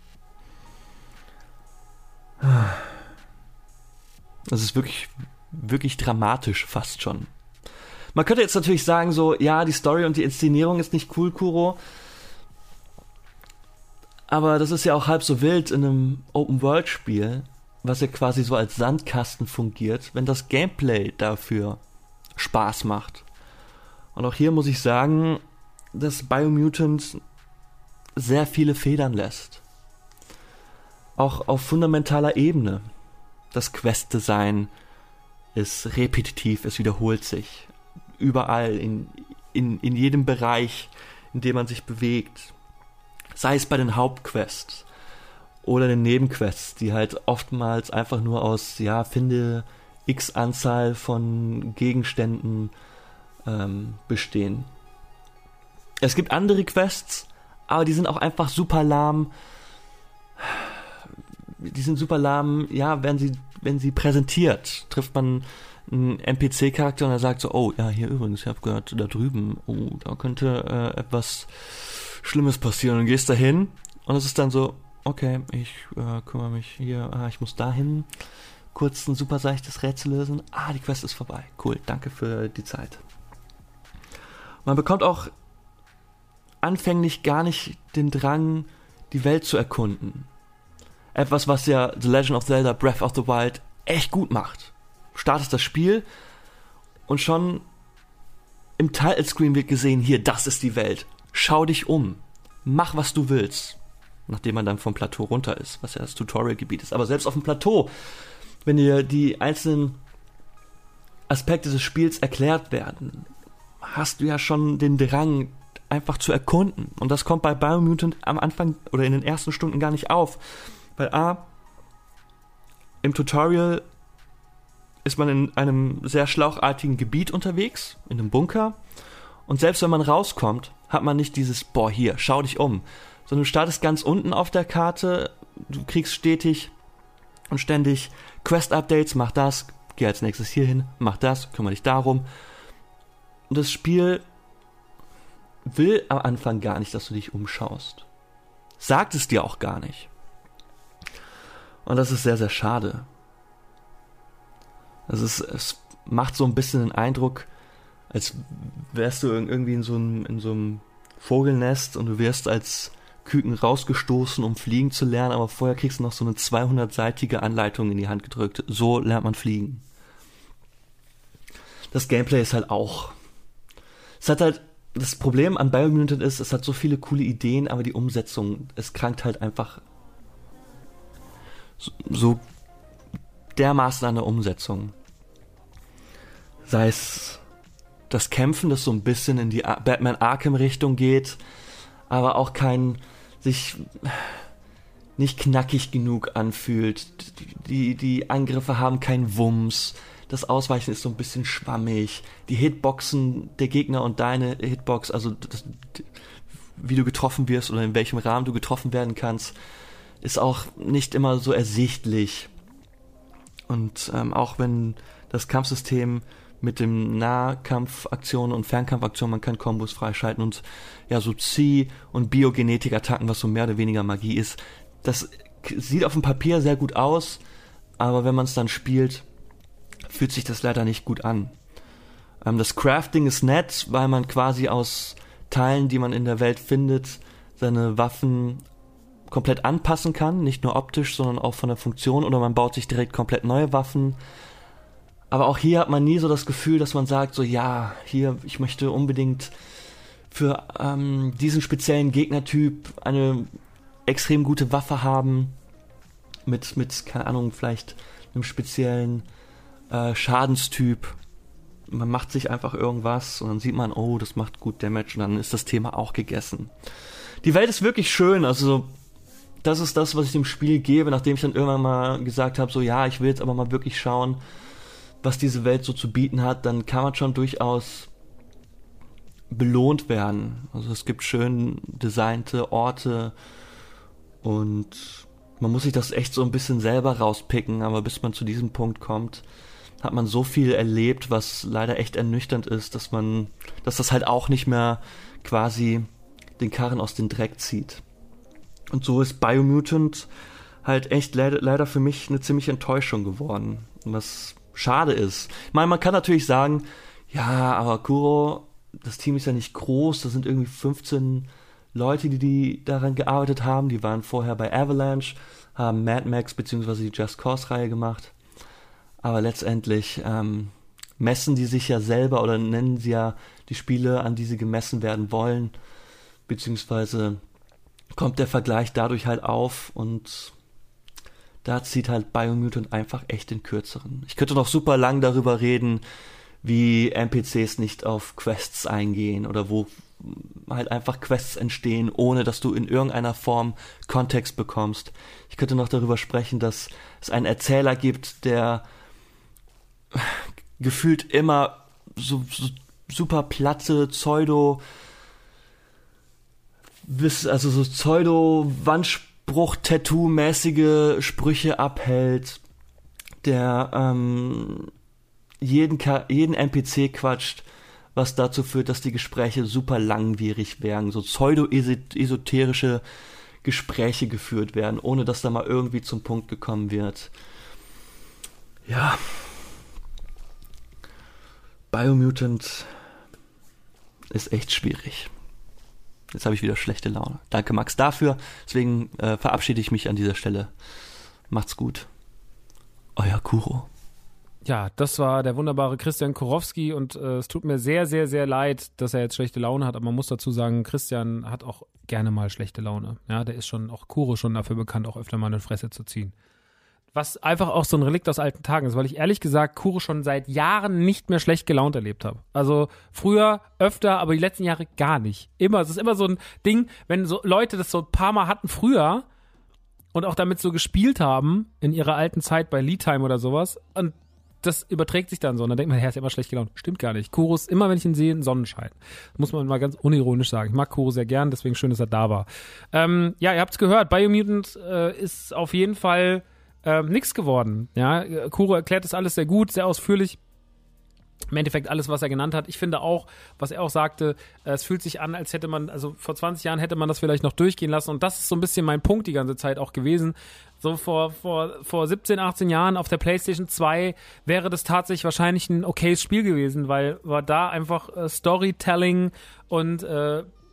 Das ist wirklich, wirklich dramatisch fast schon. Man könnte jetzt natürlich sagen so, ja, die Story und die Inszenierung ist nicht cool, Kuro. Aber das ist ja auch halb so wild in einem Open-World-Spiel, was ja quasi so als Sandkasten fungiert, wenn das Gameplay dafür Spaß macht. Und auch hier muss ich sagen, dass Biomutant sehr viele Federn lässt. Auch auf fundamentaler Ebene. Das Quest-Design ist repetitiv, es wiederholt sich. Überall, in jedem Bereich, in dem man sich bewegt. Sei es bei den Hauptquests oder den Nebenquests, die halt oftmals einfach nur aus, finde x Anzahl von Gegenständen bestehen. Es gibt andere Quests, aber die sind auch einfach super lahm. Die sind super lahm, wenn sie präsentiert. Trifft man einen NPC-Charakter und er sagt so, oh, ja, hier übrigens, ich habe gehört, da drüben, oh, da könnte etwas Schlimmes passieren. Und du gehst da hin und es ist dann so, okay, ich kümmere mich hier, ich muss dahin, kurz ein super seichtes Rätsel lösen. Die Quest ist vorbei. Cool, danke für die Zeit. Man bekommt auch anfänglich gar nicht den Drang, die Welt zu erkunden. Etwas, was ja The Legend of Zelda Breath of the Wild echt gut macht. Startest das Spiel und schon im Title Screen wird gesehen, hier, das ist die Welt. Schau dich um. Mach, was du willst. Nachdem man dann vom Plateau runter ist, was ja das Tutorial-Gebiet ist. Aber selbst auf dem Plateau, wenn dir die einzelnen Aspekte des Spiels erklärt werden, hast du ja schon den Drang, einfach zu erkunden. Und das kommt bei Biomutant am Anfang oder in den ersten Stunden gar nicht auf. Weil im Tutorial ist man in einem sehr schlauchartigen Gebiet unterwegs, in einem Bunker. Und selbst wenn man rauskommt, hat man nicht dieses, hier, schau dich um. Sondern du startest ganz unten auf der Karte, du kriegst stetig und ständig Quest-Updates, mach das, geh als nächstes hier hin, mach das, kümmere dich darum. Und das Spiel will am Anfang gar nicht, dass du dich umschaust. Sagt es dir auch gar nicht. Und das ist sehr, sehr schade. Es macht so ein bisschen den Eindruck, als wärst du irgendwie in so einem Vogelnest und du wirst als Küken rausgestoßen, um fliegen zu lernen, aber vorher kriegst du noch so eine 200-seitige Anleitung in die Hand gedrückt. So lernt man fliegen. Das Gameplay ist halt auch... Es hat halt... Das Problem an Biomutant ist, es hat so viele coole Ideen, aber die Umsetzung, es krankt halt einfach so dermaßen an der Umsetzung. Sei es das Kämpfen, das so ein bisschen in die Batman Arkham-Richtung geht, aber auch sich nicht knackig genug anfühlt. Die Angriffe haben keinen Wumms. Das Ausweichen ist so ein bisschen schwammig. Die Hitboxen der Gegner und deine Hitbox, also wie du getroffen wirst oder in welchem Rahmen du getroffen werden kannst, ist auch nicht immer so ersichtlich. Und auch wenn das Kampfsystem mit dem Nahkampfaktionen und Fernkampfaktionen, man kann Kombos freischalten und ja, so Zieh- und Biogenetik-Attacken, was so mehr oder weniger Magie ist, das sieht auf dem Papier sehr gut aus, aber wenn man es dann spielt, fühlt sich das leider nicht gut an. Das Crafting ist nett, weil man quasi aus Teilen, die man in der Welt findet, seine Waffen komplett anpassen kann, nicht nur optisch, sondern auch von der Funktion, oder man baut sich direkt komplett neue Waffen. Aber auch hier hat man nie so das Gefühl, dass man sagt, so ja, hier, ich möchte unbedingt für diesen speziellen Gegnertyp eine extrem gute Waffe haben, mit keine Ahnung, vielleicht einem speziellen Schadenstyp. Man macht sich einfach irgendwas und dann sieht man, oh, das macht gut Damage und dann ist das Thema auch gegessen. Die Welt ist wirklich schön, also das ist das, was ich dem Spiel gebe, nachdem ich dann irgendwann mal gesagt habe, so ja, ich will jetzt aber mal wirklich schauen, was diese Welt so zu bieten hat, dann kann man schon durchaus belohnt werden. Also es gibt schön designte Orte und man muss sich das echt so ein bisschen selber rauspicken, aber bis man zu diesem Punkt kommt, hat man so viel erlebt, was leider echt ernüchternd ist, dass das halt auch nicht mehr quasi den Karren aus dem Dreck zieht. Und so ist Biomutant halt echt leider für mich eine ziemliche Enttäuschung geworden. Was schade ist. Ich meine, man kann natürlich sagen, ja, aber Kuro, das Team ist ja nicht groß, da sind irgendwie 15 Leute, die daran gearbeitet haben, die waren vorher bei Avalanche, haben Mad Max bzw. die Just Cause-Reihe gemacht. Aber letztendlich messen die sich ja selber oder nennen sie ja die Spiele, an die sie gemessen werden wollen, beziehungsweise kommt der Vergleich dadurch halt auf und da zieht halt Biomutant einfach echt den Kürzeren. Ich könnte noch super lang darüber reden, wie NPCs nicht auf Quests eingehen oder wo halt einfach Quests entstehen, ohne dass du in irgendeiner Form Kontext bekommst. Ich könnte noch darüber sprechen, dass es einen Erzähler gibt, der gefühlt immer so super platte Pseudo-Wandspruch-Tattoo-mäßige Sprüche abhält, der jeden NPC quatscht, was dazu führt, dass die Gespräche super langwierig werden, so pseudo-esoterische Gespräche geführt werden, ohne dass da mal irgendwie zum Punkt gekommen wird. Ja. Biomutant ist echt schwierig. Jetzt habe ich wieder schlechte Laune. Danke, Max, dafür. Deswegen verabschiede ich mich an dieser Stelle. Macht's gut. Euer Kuro. Ja, das war der wunderbare Christian Kurowski und es tut mir sehr, sehr, sehr leid, dass er jetzt schlechte Laune hat, aber man muss dazu sagen, Christian hat auch gerne mal schlechte Laune. Ja, der ist schon, auch Kuro schon dafür bekannt, auch öfter mal eine Fresse zu ziehen. Was einfach auch so ein Relikt aus alten Tagen ist, weil ich ehrlich gesagt Kuro schon seit Jahren nicht mehr schlecht gelaunt erlebt habe. Also früher öfter, aber die letzten Jahre gar nicht. Immer, es ist immer so ein Ding, wenn so Leute das so ein paar Mal hatten früher und auch damit so gespielt haben in ihrer alten Zeit bei Lead Time oder sowas und das überträgt sich dann so und dann denkt man, er ist ja immer schlecht gelaunt. Stimmt gar nicht. Kuro ist immer, wenn ich ihn sehe, ein Sonnenschein. Muss man mal ganz unironisch sagen. Ich mag Kuro sehr gern, deswegen schön, dass er da war. Ja, ihr habt's gehört, Biomutant ist auf jeden Fall nix geworden. Ja, Kuro erklärt das alles sehr gut, sehr ausführlich. Im Endeffekt alles, was er genannt hat. Ich finde auch, was er auch sagte, es fühlt sich an, als hätte man, also vor 20 Jahren hätte man das vielleicht noch durchgehen lassen. Und das ist so ein bisschen mein Punkt die ganze Zeit auch gewesen. So vor 17, 18 Jahren auf der PlayStation 2 wäre das tatsächlich wahrscheinlich ein okayes Spiel gewesen, weil da einfach Storytelling und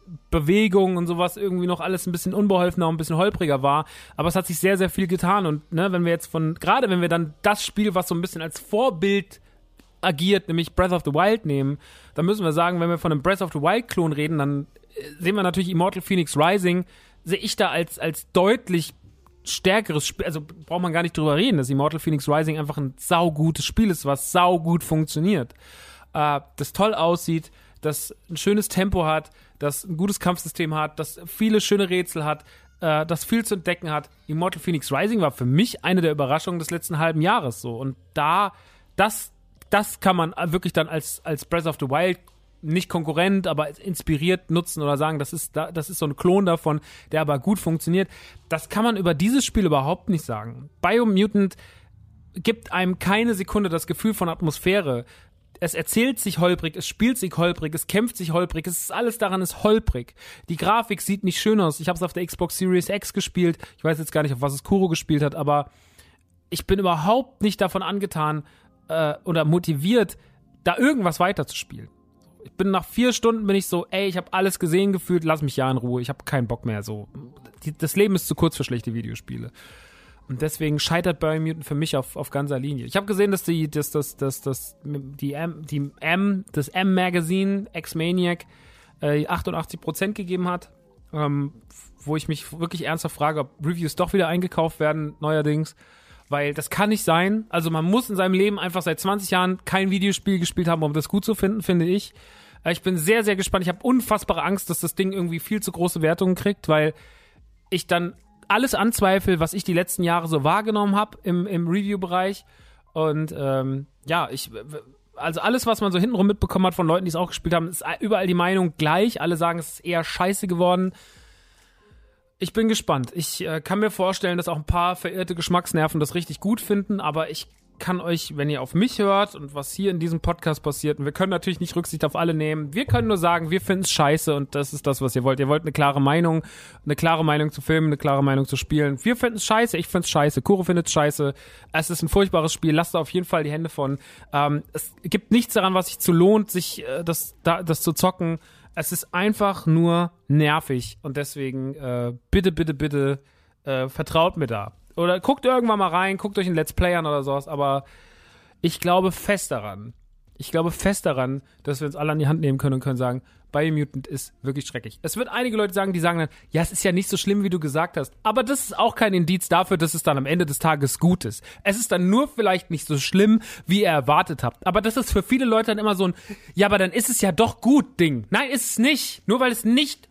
Bewegung und sowas irgendwie noch alles ein bisschen unbeholfener und ein bisschen holpriger war. Aber es hat sich sehr, sehr viel getan. Und ne, wenn wir jetzt gerade wenn wir dann das Spiel, was so ein bisschen als Vorbild agiert, nämlich Breath of the Wild nehmen, dann müssen wir sagen, wenn wir von einem Breath of the Wild-Klon reden, dann sehen wir natürlich Immortal Phoenix Rising, sehe ich da als deutlich stärkeres Spiel, also braucht man gar nicht drüber reden, dass Immortal Phoenix Rising einfach ein saugutes Spiel ist, was saugut funktioniert. Das toll aussieht, das ein schönes Tempo hat, das ein gutes Kampfsystem hat, das viele schöne Rätsel hat, das viel zu entdecken hat. Immortal Phoenix Rising war für mich eine der Überraschungen des letzten halben Jahres so. Und das kann man wirklich dann als Breath of the Wild nicht Konkurrent, aber inspiriert nutzen oder sagen, das ist so ein Klon davon, der aber gut funktioniert. Das kann man über dieses Spiel überhaupt nicht sagen. Biomutant gibt einem keine Sekunde das Gefühl von Atmosphäre. Es erzählt sich holprig, es spielt sich holprig, es kämpft sich holprig, es ist alles daran ist holprig. Die Grafik sieht nicht schön aus. Ich habe es auf der Xbox Series X gespielt. Ich weiß jetzt gar nicht, auf was es Kuro gespielt hat, aber ich bin überhaupt nicht davon angetan oder motiviert, da irgendwas weiterzuspielen. Ich bin nach 4 Stunden bin ich so, ich habe alles gesehen gefühlt, lass mich ja in Ruhe, ich habe keinen Bock mehr. So, das Leben ist zu kurz für schlechte Videospiele. Und deswegen scheitert Biomutant für mich auf ganzer Linie. Ich habe gesehen, dass das M-Magazine, X-Maniac, 88% gegeben hat, wo ich mich wirklich ernsthaft frage, ob Reviews doch wieder eingekauft werden, neuerdings. Weil das kann nicht sein. Also man muss in seinem Leben einfach seit 20 Jahren kein Videospiel gespielt haben, um das gut zu finden, finde ich. Ich bin sehr, sehr gespannt. Ich habe unfassbare Angst, dass das Ding irgendwie viel zu große Wertungen kriegt, weil ich dann alles anzweifle, was ich die letzten Jahre so wahrgenommen habe im Review-Bereich. Und also alles, was man so hintenrum mitbekommen hat von Leuten, die es auch gespielt haben, ist überall die Meinung gleich. Alle sagen, es ist eher scheiße geworden. Ich bin gespannt. Ich kann mir vorstellen, dass auch ein paar verirrte Geschmacksnerven das richtig gut finden, aber ich kann euch, wenn ihr auf mich hört und was hier in diesem Podcast passiert, und wir können natürlich nicht Rücksicht auf alle nehmen, wir können nur sagen, wir finden es scheiße und das ist das, was ihr wollt. Ihr wollt eine klare Meinung zu Filmen, eine klare Meinung zu Spielen. Wir finden es scheiße, ich finde es scheiße, Kuro findet es scheiße. Es ist ein furchtbares Spiel, lasst da auf jeden Fall die Hände von. Es gibt nichts daran, was sich zu lohnt, sich das zu zocken. Es ist einfach nur nervig und deswegen bitte vertraut mir da. Oder guckt irgendwann mal rein, guckt euch ein Let's Play an oder sowas, aber ich glaube fest daran, dass wir uns alle an die Hand nehmen können und können sagen, Biomutant ist wirklich schrecklich. Es wird einige Leute sagen, die sagen dann, ja, es ist ja nicht so schlimm, wie du gesagt hast, aber das ist auch kein Indiz dafür, dass es dann am Ende des Tages gut ist. Es ist dann nur vielleicht nicht so schlimm, wie ihr erwartet habt. Aber das ist für viele Leute dann immer so ein, ja, aber dann ist es ja doch gut Ding. Nein, ist es nicht. Nur weil es nicht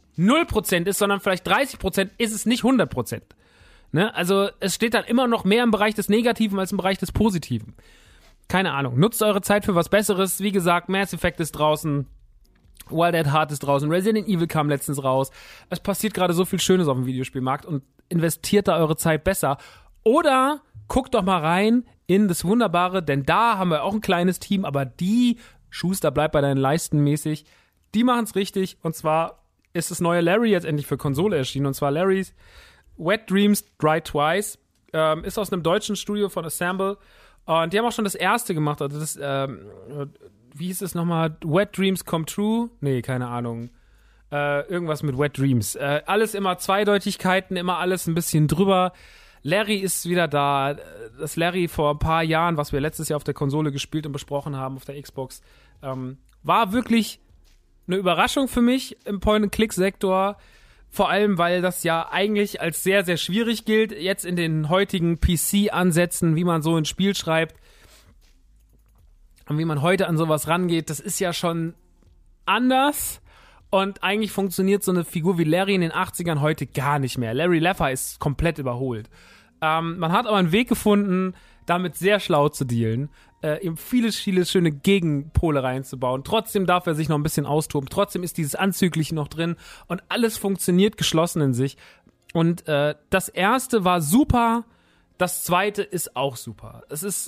0% ist, sondern vielleicht 30%, ist es nicht 100%. Ne? Also es steht dann immer noch mehr im Bereich des Negativen als im Bereich des Positiven. Keine Ahnung. Nutzt eure Zeit für was Besseres. Wie gesagt, Mass Effect ist draußen. Wild at Heart ist draußen. Resident Evil kam letztens raus. Es passiert gerade so viel Schönes auf dem Videospielmarkt und investiert da eure Zeit besser. Oder guckt doch mal rein in das Wunderbare, denn da haben wir auch ein kleines Team, aber die, Schuster, bleibt bei deinen Leisten mäßig, die machen es richtig. Und zwar ist das neue Larry jetzt endlich für Konsole erschienen. Und zwar Larry's Wet Dreams Dry Twice. Ist aus einem deutschen Studio von Assemble. Und die haben auch schon das erste gemacht. Also das, wie hieß es nochmal? Wet Dreams Come True? Nee, keine Ahnung. Irgendwas mit Wet Dreams. Alles immer Zweideutigkeiten, immer alles ein bisschen drüber. Larry ist wieder da. Das Larry vor ein paar Jahren, was wir letztes Jahr auf der Konsole gespielt und besprochen haben, auf der Xbox, war wirklich eine Überraschung für mich im Point-and-Click-Sektor. Vor allem, weil das ja eigentlich als sehr, sehr schwierig gilt, jetzt in den heutigen PC-Ansätzen, wie man so ein Spiel schreibt und wie man heute an sowas rangeht, das ist ja schon anders und eigentlich funktioniert so eine Figur wie Larry in den 80ern heute gar nicht mehr. Larry Leffer ist komplett überholt. Man hat aber einen Weg gefunden, damit sehr schlau zu dealen, ihm viele schöne Gegenpole reinzubauen. Trotzdem darf er sich noch ein bisschen austoben. Trotzdem ist dieses Anzügliche noch drin und alles funktioniert geschlossen in sich. Und das erste war super, das zweite ist auch super. Es ist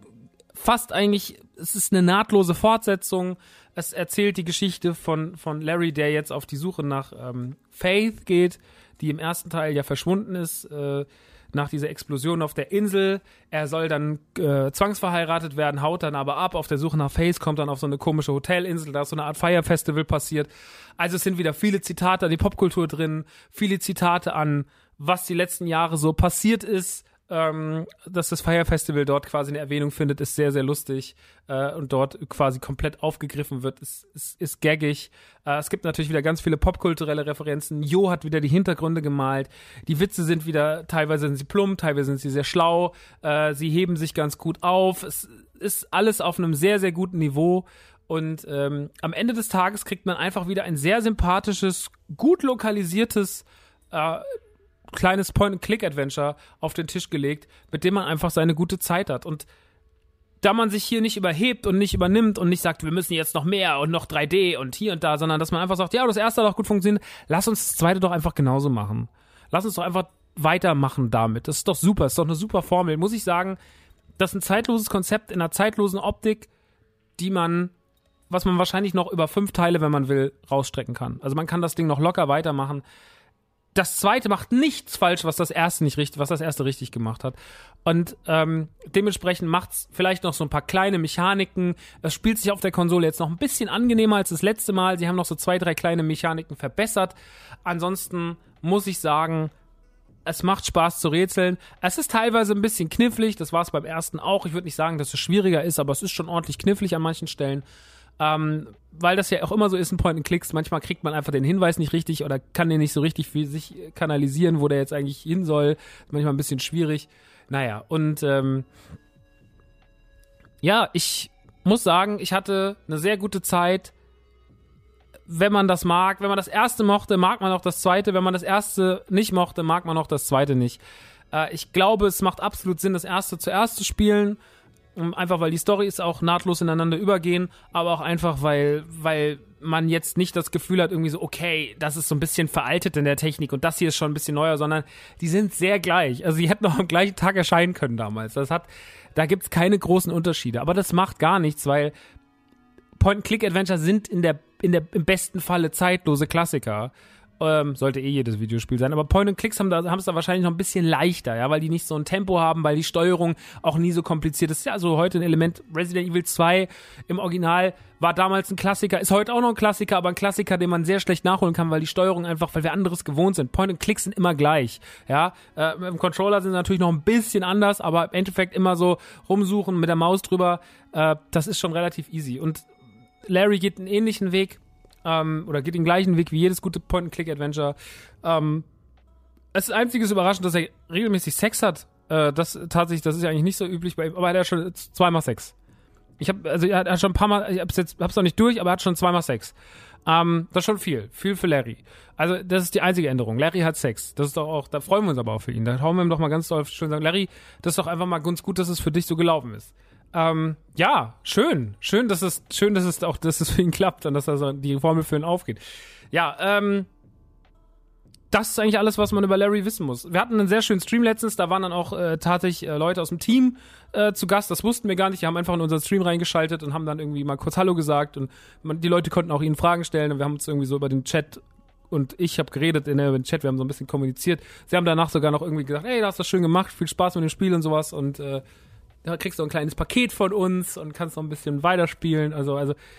es ist eine nahtlose Fortsetzung. Es erzählt die Geschichte von Larry, der jetzt auf die Suche nach Faith geht, die im ersten Teil ja verschwunden ist. nach dieser Explosion auf der Insel. Er soll dann zwangsverheiratet werden, haut dann aber ab. Auf der Suche nach Faith kommt dann auf so eine komische Hotelinsel, da ist so eine Art Fire-Festival passiert. Also es sind wieder viele Zitate an die Popkultur drin, viele Zitate an, was die letzten Jahre so passiert ist. Dass das Fire Festival dort quasi eine Erwähnung findet, ist sehr, sehr lustig und dort quasi komplett aufgegriffen wird, ist gaggig. Es gibt natürlich wieder ganz viele popkulturelle Referenzen. Jo hat wieder die Hintergründe gemalt. Die Witze sind wieder, teilweise sind sie plump, teilweise sind sie sehr schlau. Sie heben sich ganz gut auf. Es ist alles auf einem sehr, sehr guten Niveau. Und am Ende des Tages kriegt man einfach wieder ein sehr sympathisches, gut lokalisiertes kleines Point-and-Click-Adventure auf den Tisch gelegt, mit dem man einfach seine gute Zeit hat. Und da man sich hier nicht überhebt und nicht übernimmt und nicht sagt, wir müssen jetzt noch mehr und noch 3D und hier und da, sondern dass man einfach sagt, ja, das erste hat auch gut funktioniert, lass uns das zweite doch einfach genauso machen. Lass uns doch einfach weitermachen damit. Das ist doch super, das ist doch eine super Formel. Muss ich sagen, das ist ein zeitloses Konzept in einer zeitlosen Optik, was man wahrscheinlich noch über 5 Teile, wenn man will, rausstrecken kann. Also man kann das Ding noch locker weitermachen. Das zweite macht nichts falsch, was das erste richtig gemacht hat. Und dementsprechend macht's vielleicht noch so ein paar kleine Mechaniken. Es spielt sich auf der Konsole jetzt noch ein bisschen angenehmer als das letzte Mal. Sie haben noch so 2, 3 kleine Mechaniken verbessert. Ansonsten muss ich sagen, es macht Spaß zu rätseln. Es ist teilweise ein bisschen knifflig. Das war es beim ersten auch. Ich würde nicht sagen, dass es schwieriger ist, aber es ist schon ordentlich knifflig an manchen Stellen. Weil das ja auch immer so ist in Point-and-Clicks, manchmal kriegt man einfach den Hinweis nicht richtig oder kann den nicht so richtig für sich kanalisieren, wo der jetzt eigentlich hin soll. Manchmal ein bisschen schwierig. Naja, und ja, ich muss sagen, ich hatte eine sehr gute Zeit. Wenn man das mag, wenn man das erste mochte, mag man auch das zweite. Wenn man das erste nicht mochte, mag man auch das zweite nicht. Ich glaube, es macht absolut Sinn, das erste zuerst zu spielen. Einfach, weil die Storys auch nahtlos ineinander übergehen, aber auch einfach, weil man jetzt nicht das Gefühl hat, irgendwie so, okay, das ist so ein bisschen veraltet in der Technik und das hier ist schon ein bisschen neuer, sondern die sind sehr gleich. Also die hätten auch am gleichen Tag erscheinen können damals. Da gibt's keine großen Unterschiede. Aber das macht gar nichts, weil Point-and-Click-Adventure sind im besten Falle zeitlose Klassiker. Sollte jedes Videospiel sein, aber Point-and-Clicks haben es da wahrscheinlich noch ein bisschen leichter, ja, weil die nicht so ein Tempo haben, weil die Steuerung auch nie so kompliziert ist. Ja, also heute ein Element, Resident Evil 2 im Original war damals ein Klassiker, ist heute auch noch ein Klassiker, aber ein Klassiker, den man sehr schlecht nachholen kann, weil die Steuerung einfach, weil wir anderes gewohnt sind. Point-and-Clicks sind immer gleich, ja. Im Controller sind sie natürlich noch ein bisschen anders, aber im Endeffekt immer so rumsuchen mit der Maus drüber, das ist schon relativ easy. Und Larry geht einen ähnlichen Weg, oder geht den gleichen Weg wie jedes gute Point-and-Click-Adventure. Es ist einziges überraschend, dass er regelmäßig Sex hat. Das ist ja eigentlich nicht so üblich bei ihm, aber er hat schon 2-mal Sex. Er hat schon ein paar Mal, hab's noch nicht durch, aber er hat schon 2-mal Sex. Das ist schon viel für Larry. Also, das ist die einzige Änderung. Larry hat Sex. Das ist doch auch, da freuen wir uns aber auch für ihn. Da hauen wir ihm doch mal ganz doll schön sagen, Larry, das ist doch einfach mal ganz gut, dass es für dich so gelaufen ist. Ja, schön, dass es für ihn klappt und dass also die Formel für ihn aufgeht. Ja, das ist eigentlich alles, was man über Larry wissen muss. Wir hatten einen sehr schönen Stream letztens, da waren dann auch tatsächlich Leute aus dem Team zu Gast, das wussten wir gar nicht, die haben einfach in unseren Stream reingeschaltet und haben dann irgendwie mal kurz Hallo gesagt und die Leute konnten auch ihnen Fragen stellen und wir haben uns irgendwie so über den Chat und ich habe geredet über den Chat, wir haben so ein bisschen kommuniziert. Sie haben danach sogar noch irgendwie gesagt, hey, du hast das schön gemacht, viel Spaß mit dem Spiel und sowas und da kriegst du ein kleines Paket von uns und kannst noch ein bisschen weiterspielen. Also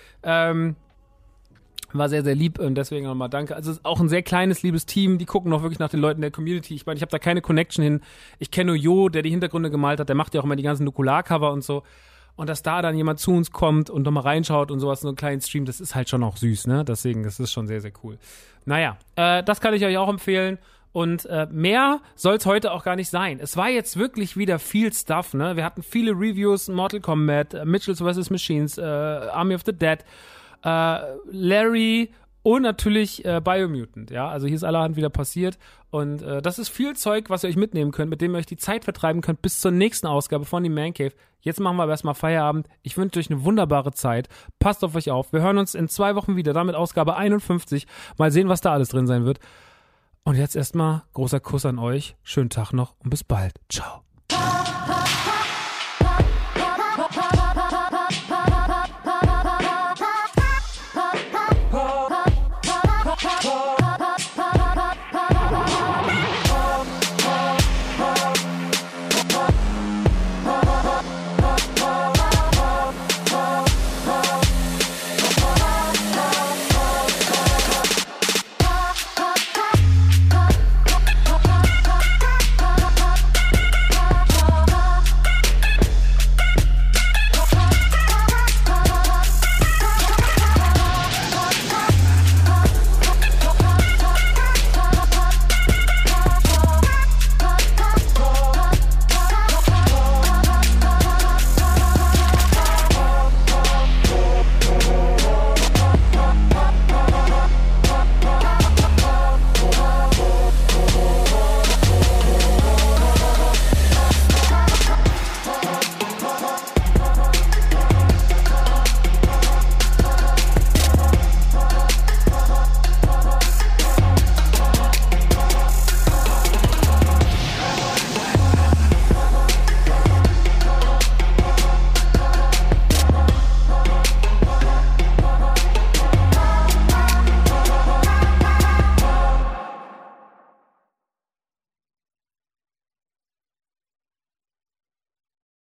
war sehr, sehr lieb und deswegen nochmal danke. Also es ist auch ein sehr kleines, liebes Team. Die gucken noch wirklich nach den Leuten der Community. Ich meine, ich habe da keine Connection hin. Ich kenne nur Jo, der die Hintergründe gemalt hat. Der macht ja auch immer die ganzen Nukular-Cover und so. Und dass da dann jemand zu uns kommt und nochmal reinschaut und sowas, so einen kleinen Stream, das ist halt schon auch süß, ne? Deswegen, das ist schon sehr, sehr cool. Naja, das kann ich euch auch empfehlen. Und mehr soll's heute auch gar nicht sein. Es war jetzt wirklich wieder viel Stuff, ne? Wir hatten viele Reviews, Mortal Kombat, Mitchells vs. Machines, Army of the Dead, Larry und natürlich Biomutant, ja? Also hier ist allerhand wieder passiert. Und das ist viel Zeug, was ihr euch mitnehmen könnt, mit dem ihr euch die Zeit vertreiben könnt bis zur nächsten Ausgabe von The Man Cave. Jetzt machen wir aber erstmal Feierabend. Ich wünsche euch eine wunderbare Zeit. Passt auf euch auf. Wir hören uns in 2 Wochen wieder, dann mit Ausgabe 51. Mal sehen, was da alles drin sein wird. Und jetzt erstmal großer Kuss an euch. Schönen Tag noch und bis bald. Ciao.